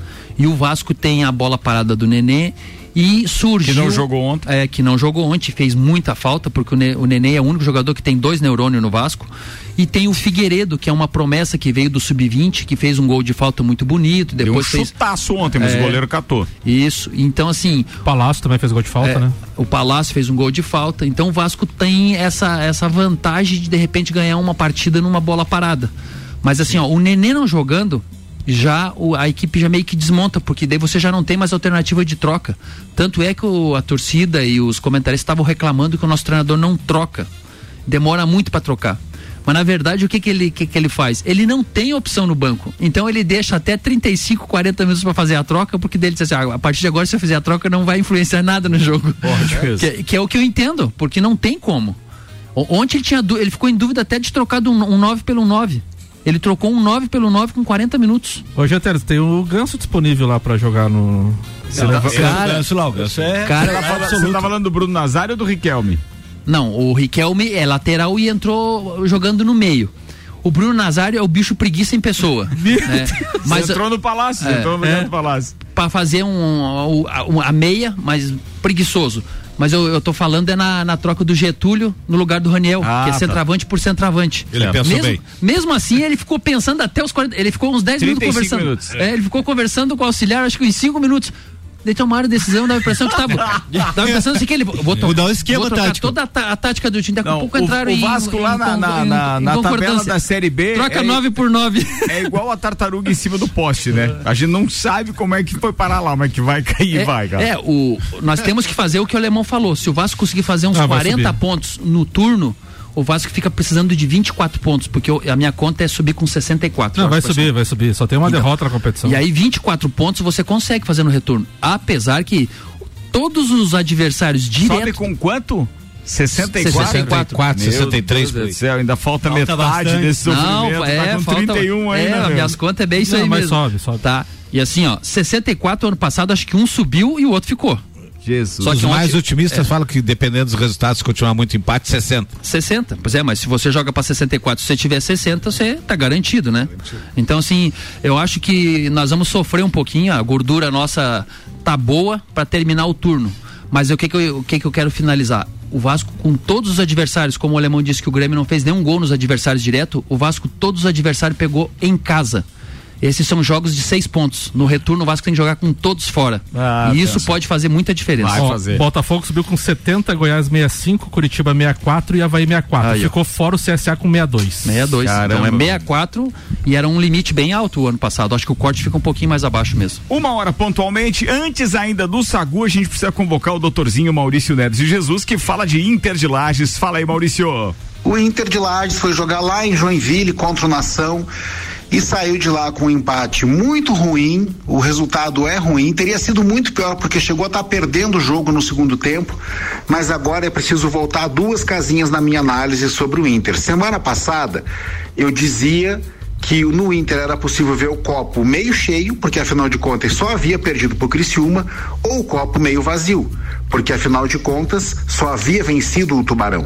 E o Vasco tem a bola parada do Nenê e surgiu... Que não jogou ontem. É, que não jogou ontem, fez muita falta, porque o, ne, o Nenê é o único jogador que tem dois neurônios no Vasco. E tem o Figueiredo, que é uma promessa que veio do sub vinte, que fez um gol de falta muito bonito. Depois Deu um fez... chutaço ontem, mas é, o goleiro catou. Isso, então assim... O Palácio também fez gol de falta, é, né? O Palácio fez um gol de falta, então o Vasco tem essa, essa vantagem de de repente ganhar uma partida numa bola parada. Mas assim, ó, o Nenê não jogando, já o, a equipe já meio que desmonta, porque daí você já não tem mais alternativa de troca. Tanto é que o, a torcida e os comentaristas estavam reclamando que o nosso treinador não troca. Demora muito para trocar. Mas na verdade o que que ele, que que ele faz? Ele não tem opção no banco, então ele deixa até trinta e cinco, quarenta minutos para fazer a troca, porque dele diz assim, ah, a partir de agora se eu fizer a troca não vai influenciar nada no jogo. Pode, que, que é o que eu entendo, porque não tem como. Ontem ele, tinha, ele ficou em dúvida até de trocar um, um nove pelo nove. Ele trocou um nove pelo nove com quarenta minutos. Ô, Getero, tem o Ganso disponível lá pra jogar no... Não, leva... cara, Ganso lá, o Ganso é... Cara, você, tá falando, você tá falando do Bruno Nazário ou do Riquelme? Não, o Riquelme é lateral e entrou jogando no meio. O Bruno Nazário é o bicho preguiça em pessoa. Né? Mas entrou no Palácio, é, entrou no é, Palácio. Pra fazer um, um, a meia, mas preguiçoso. Mas eu, eu tô falando é na, na troca do Getúlio no lugar do Raniel, ah, que é centroavante tá. por centroavante. Ele é. pensou mesmo, bem. Mesmo assim, ele ficou pensando até os quarenta, ele ficou uns dez minutos conversando. Minutos. É, ele ficou conversando com o auxiliar, acho que uns cinco minutos. Daí tomaram a decisão, dava a impressão que tava. Dava a impressão assim que ele. Vou mudar o esquema tático. Toda a, a tática do time. Daqui a pouco entraram em. O Vasco em, lá na, em, na, na, em, na tabela da Série B. Troca nove por nove. É igual a tartaruga em cima do poste, né? A gente não sabe como é que foi parar lá, mas que vai cair, é, vai, cara. É, o, nós temos que fazer o que o Alemão falou. Se o Vasco conseguir fazer uns ah, quarenta pontos no turno, o Vasco fica precisando de vinte e quatro pontos, porque eu, a minha conta é subir com sessenta e quatro. Não, vai subir, vai subir. Só tem uma então, derrota na competição. E aí vinte e quatro pontos você consegue fazer no retorno. Apesar que todos os adversários diretos... Sobe com quanto? sessenta e quatro? sessenta e quatro, sessenta e três. Meu Deus do céu, ainda falta, falta metade bastante. Desse sofrimento. Não, é, tá com falta, trinta e um aí, é, né, minhas contas é bem isso Não, aí mas mesmo. sobe, sobe. Tá. E assim, ó, sessenta e quatro ano passado, acho que um subiu e o outro ficou. Jesus. Só que os mais otimistas é. falam que dependendo dos resultados, se continuar muito empate, sessenta. sessenta, pois é, mas se você joga para sessenta e quatro, se você tiver sessenta, você tá garantido, né? Garantido. Então assim, eu acho que nós vamos sofrer um pouquinho, a gordura nossa tá boa para terminar o turno. Mas o que que eu, o que que eu quero finalizar? O Vasco, com todos os adversários, como o Alemão disse que o Grêmio não fez nenhum gol nos adversários direto, o Vasco, todos os adversários pegou em casa. Esses são jogos de seis pontos. No retorno, o Vasco tem que jogar com todos fora. Ah, e isso pensa. pode fazer muita diferença. Vai fazer. Botafogo subiu com setenta, Goiás sessenta e cinco, Curitiba sessenta e quatro e Avaí sessenta e quatro. Aí, Ficou fora o C S A com sessenta e dois. sessenta e dois. Caramba. Então é sessenta e quatro e era um limite bem alto o ano passado. Acho que o corte fica um pouquinho mais abaixo mesmo. Uma hora pontualmente. Antes ainda do Sagu, a gente precisa convocar o doutorzinho Maurício Neves de Jesus, que fala de Inter de Lages. Fala aí, Maurício. O Inter de Lages foi jogar lá em Joinville contra o Nação e saiu de lá com um empate muito ruim. O resultado é ruim, teria sido muito pior porque chegou a estar tá perdendo o jogo no segundo tempo, mas agora é preciso voltar duas casinhas na minha análise sobre o Inter. Semana passada eu dizia que no Inter era possível ver o copo meio cheio, porque afinal de contas só havia perdido pro Criciúma, ou o copo meio vazio, porque afinal de contas só havia vencido o Tubarão.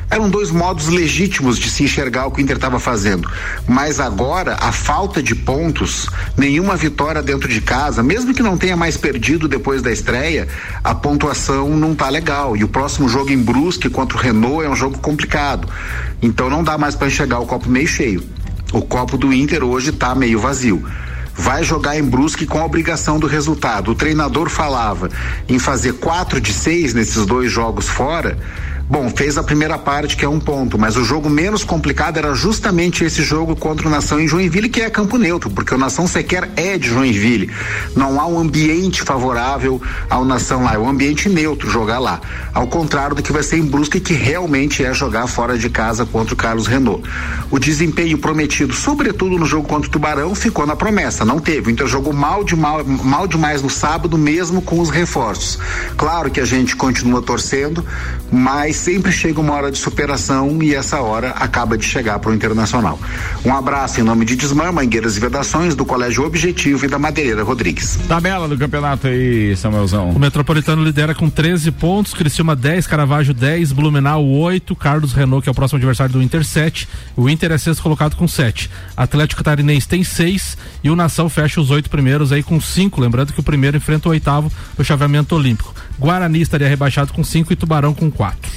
Eram dois modos legítimos de se enxergar o que o Inter estava fazendo. Mas agora, a falta de pontos, nenhuma vitória dentro de casa, mesmo que não tenha mais perdido depois da estreia, a pontuação não tá legal. E o próximo jogo em Brusque contra o Renault é um jogo complicado. Então não dá mais para enxergar o copo meio cheio. O copo do Inter hoje tá meio vazio. Vai jogar em Brusque com a obrigação do resultado. O treinador falava em fazer quatro de seis nesses dois jogos fora. Bom, fez a primeira parte, que é um ponto, mas o jogo menos complicado era justamente esse jogo contra o Nação em Joinville, que é campo neutro, porque o Nação sequer é de Joinville. Não há um ambiente favorável ao Nação lá, é um ambiente neutro jogar lá. Ao contrário do que vai ser em Brusque, que realmente é jogar fora de casa contra o Carlos Renault. O desempenho prometido, sobretudo no jogo contra o Tubarão, ficou na promessa, não teve. O Inter jogou mal, de mal, mal demais no sábado, mesmo com os reforços. Claro que a gente continua torcendo, mas sempre chega uma hora de superação e essa hora acaba de chegar para o Internacional. Um abraço em nome de Desmã, Mangueiras e Vedações, do Colégio Objetivo e da Madeireira Rodrigues. Tabela do campeonato aí, Samuelzão. O Metropolitano lidera com treze pontos, Criciúma dez, Caravaggio dez, Blumenau oito, Carlos Renault, que é o próximo adversário do Inter, sete. O Inter é sexto colocado com sete. Atlético Catarinense tem seis e o Nação fecha os oito primeiros aí com cinco. Lembrando que o primeiro enfrenta o oitavo no chaveamento olímpico. Guarani estaria rebaixado com cinco e Tubarão com quatro.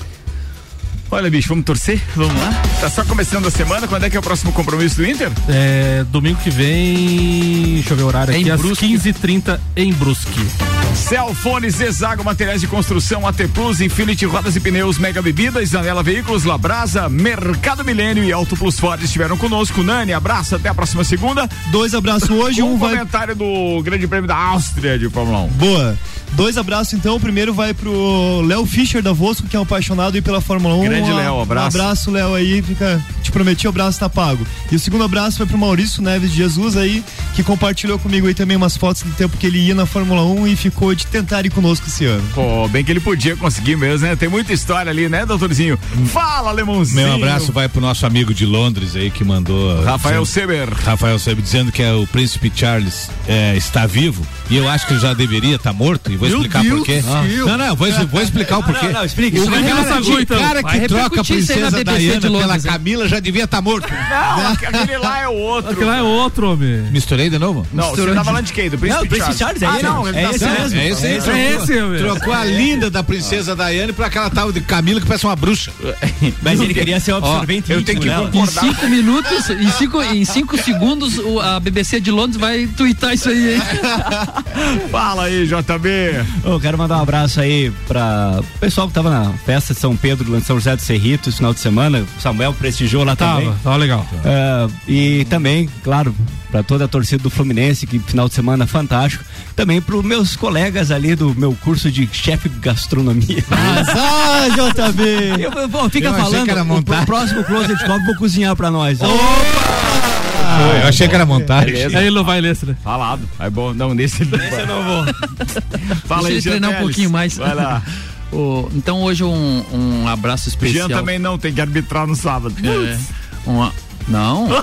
Olha, bicho, vamos torcer? Vamos lá? Tá só começando a semana, quando é que é o próximo compromisso do Inter? É, domingo que vem, deixa eu ver o horário aqui, às quinze e trinta em Brusque. Celfone, Zezago, materiais de construção, A T Plus, Infinity Rodas e Pneus, Mega Bebidas, Zanela Veículos, Labrasa, Mercado Milênio e Auto Plus Ford estiveram conosco. Nani, abraço, até a próxima segunda. Dois abraços hoje, um, um vai... comentário do Grande Prêmio da Áustria de Fórmula um. Boa. Dois abraços então, o primeiro vai pro Léo Fischer da Vosco, que é um apaixonado aí pela Fórmula um. Grande Léo, abraço. Um abraço, Léo, aí, fica, te prometi, o abraço tá pago. E o segundo abraço vai pro Maurício Neves de Jesus aí, que compartilhou comigo aí também umas fotos do tempo que ele ia na Fórmula um e ficou de tentar ir conosco esse ano. Pô, bem que ele podia conseguir mesmo, né? Tem muita história ali, né, doutorzinho? Fala, Lemãozinho. Meu abraço vai pro nosso amigo de Londres aí, que mandou... Rafael Seber. Rafael Seber, dizendo que é o príncipe Charles é, está vivo, e eu acho que ele já deveria estar tá morto, e vou Meu explicar por quê. Ah. Não, não, vou, vou explicar o porquê. Não, não, explica. O cara, cara, então. cara que troca a princesa Diana pela Camila já devia estar tá morto. Não, aquele lá é o outro. Aquele lá é o outro, homem. Misturei de novo? Não, Misturou você tá falando de quem? Do príncipe, não, Charles? Charles? É ah, ele? Não, é, tá esse mesmo. É esse aí. É esse, trocou, trocou a linda da princesa Diana pra aquela tal de Camila que parece uma bruxa. Mas ele queria ser o absorvente. Ó, eu tenho que concordar. Em cinco minutos, em cinco, em cinco segundos, o, a B B C de Londres vai tuitar isso aí, hein? Fala aí, J B. Eu quero mandar um abraço aí pra o pessoal que tava na festa de São Pedro, em São José do Cerrito, esse final de semana. O Samuel prestigiou lá tava, também. Tava legal. Uh, e também, claro, para toda a torcida do Fluminense, que final de semana fantástico. Também para os meus colegas ali do meu curso de chefe de gastronomia. Ah, J B! Eu, eu, eu, fica eu falando, o, o próximo Closet Coffee vou cozinhar para nós. Opa! Ah, eu achei que era montagem. Aí ele não vai ler, né? Falado. É bom, não, nesse nesse eu não vou. Fala aí, Deixa ele treinar um pouquinho mais. Vai lá. Oh, então hoje um, um abraço especial. Jean também não, tem que arbitrar no sábado. É, uma, não. não,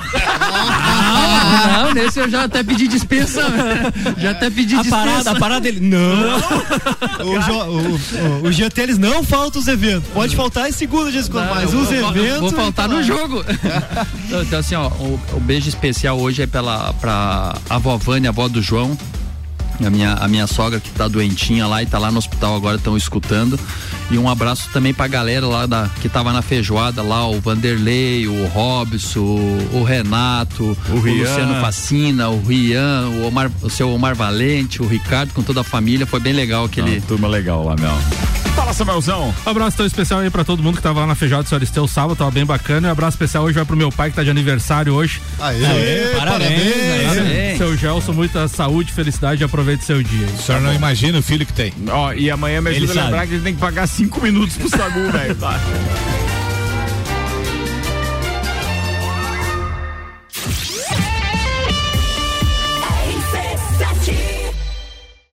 não, nesse eu já até pedi dispensa. Já até pedi a dispensa. Parada, a parada dele, não. o, jo, o, o, o Jean Teles não falta os eventos. Pode faltar em segunda, dias não, mas os vou, eventos. Vou faltar no jogo. Então, então, assim, ó, o, o beijo especial hoje é pela, pra avó Vânia, avó do João. A minha, a minha sogra que tá doentinha lá e tá lá no hospital agora, estão escutando. E um abraço também pra galera lá da, que tava na feijoada lá, o Vanderlei, o Robson, o, o Renato, o, o Luciano Facina, o Rian, o, Omar, o seu Omar Valente, o Ricardo, com toda a família. Foi bem legal aquele. Não, turma legal lá, meu. Fala, Samuelzão. Um abraço tão especial aí pra todo mundo que tava lá na feijoada do Senhor Aristeu sábado, tava bem bacana. E um abraço especial hoje vai pro meu pai que tá de aniversário hoje. Aê, Aê parabéns, parabéns, parabéns. Seu Gelson, muita saúde, felicidade e aproveite seu dia. O senhor não imagina o filho que tem. Ó, e amanhã me ajuda a lembrar que a gente tem que pagar cinco minutos pro Sagu, velho. Tá.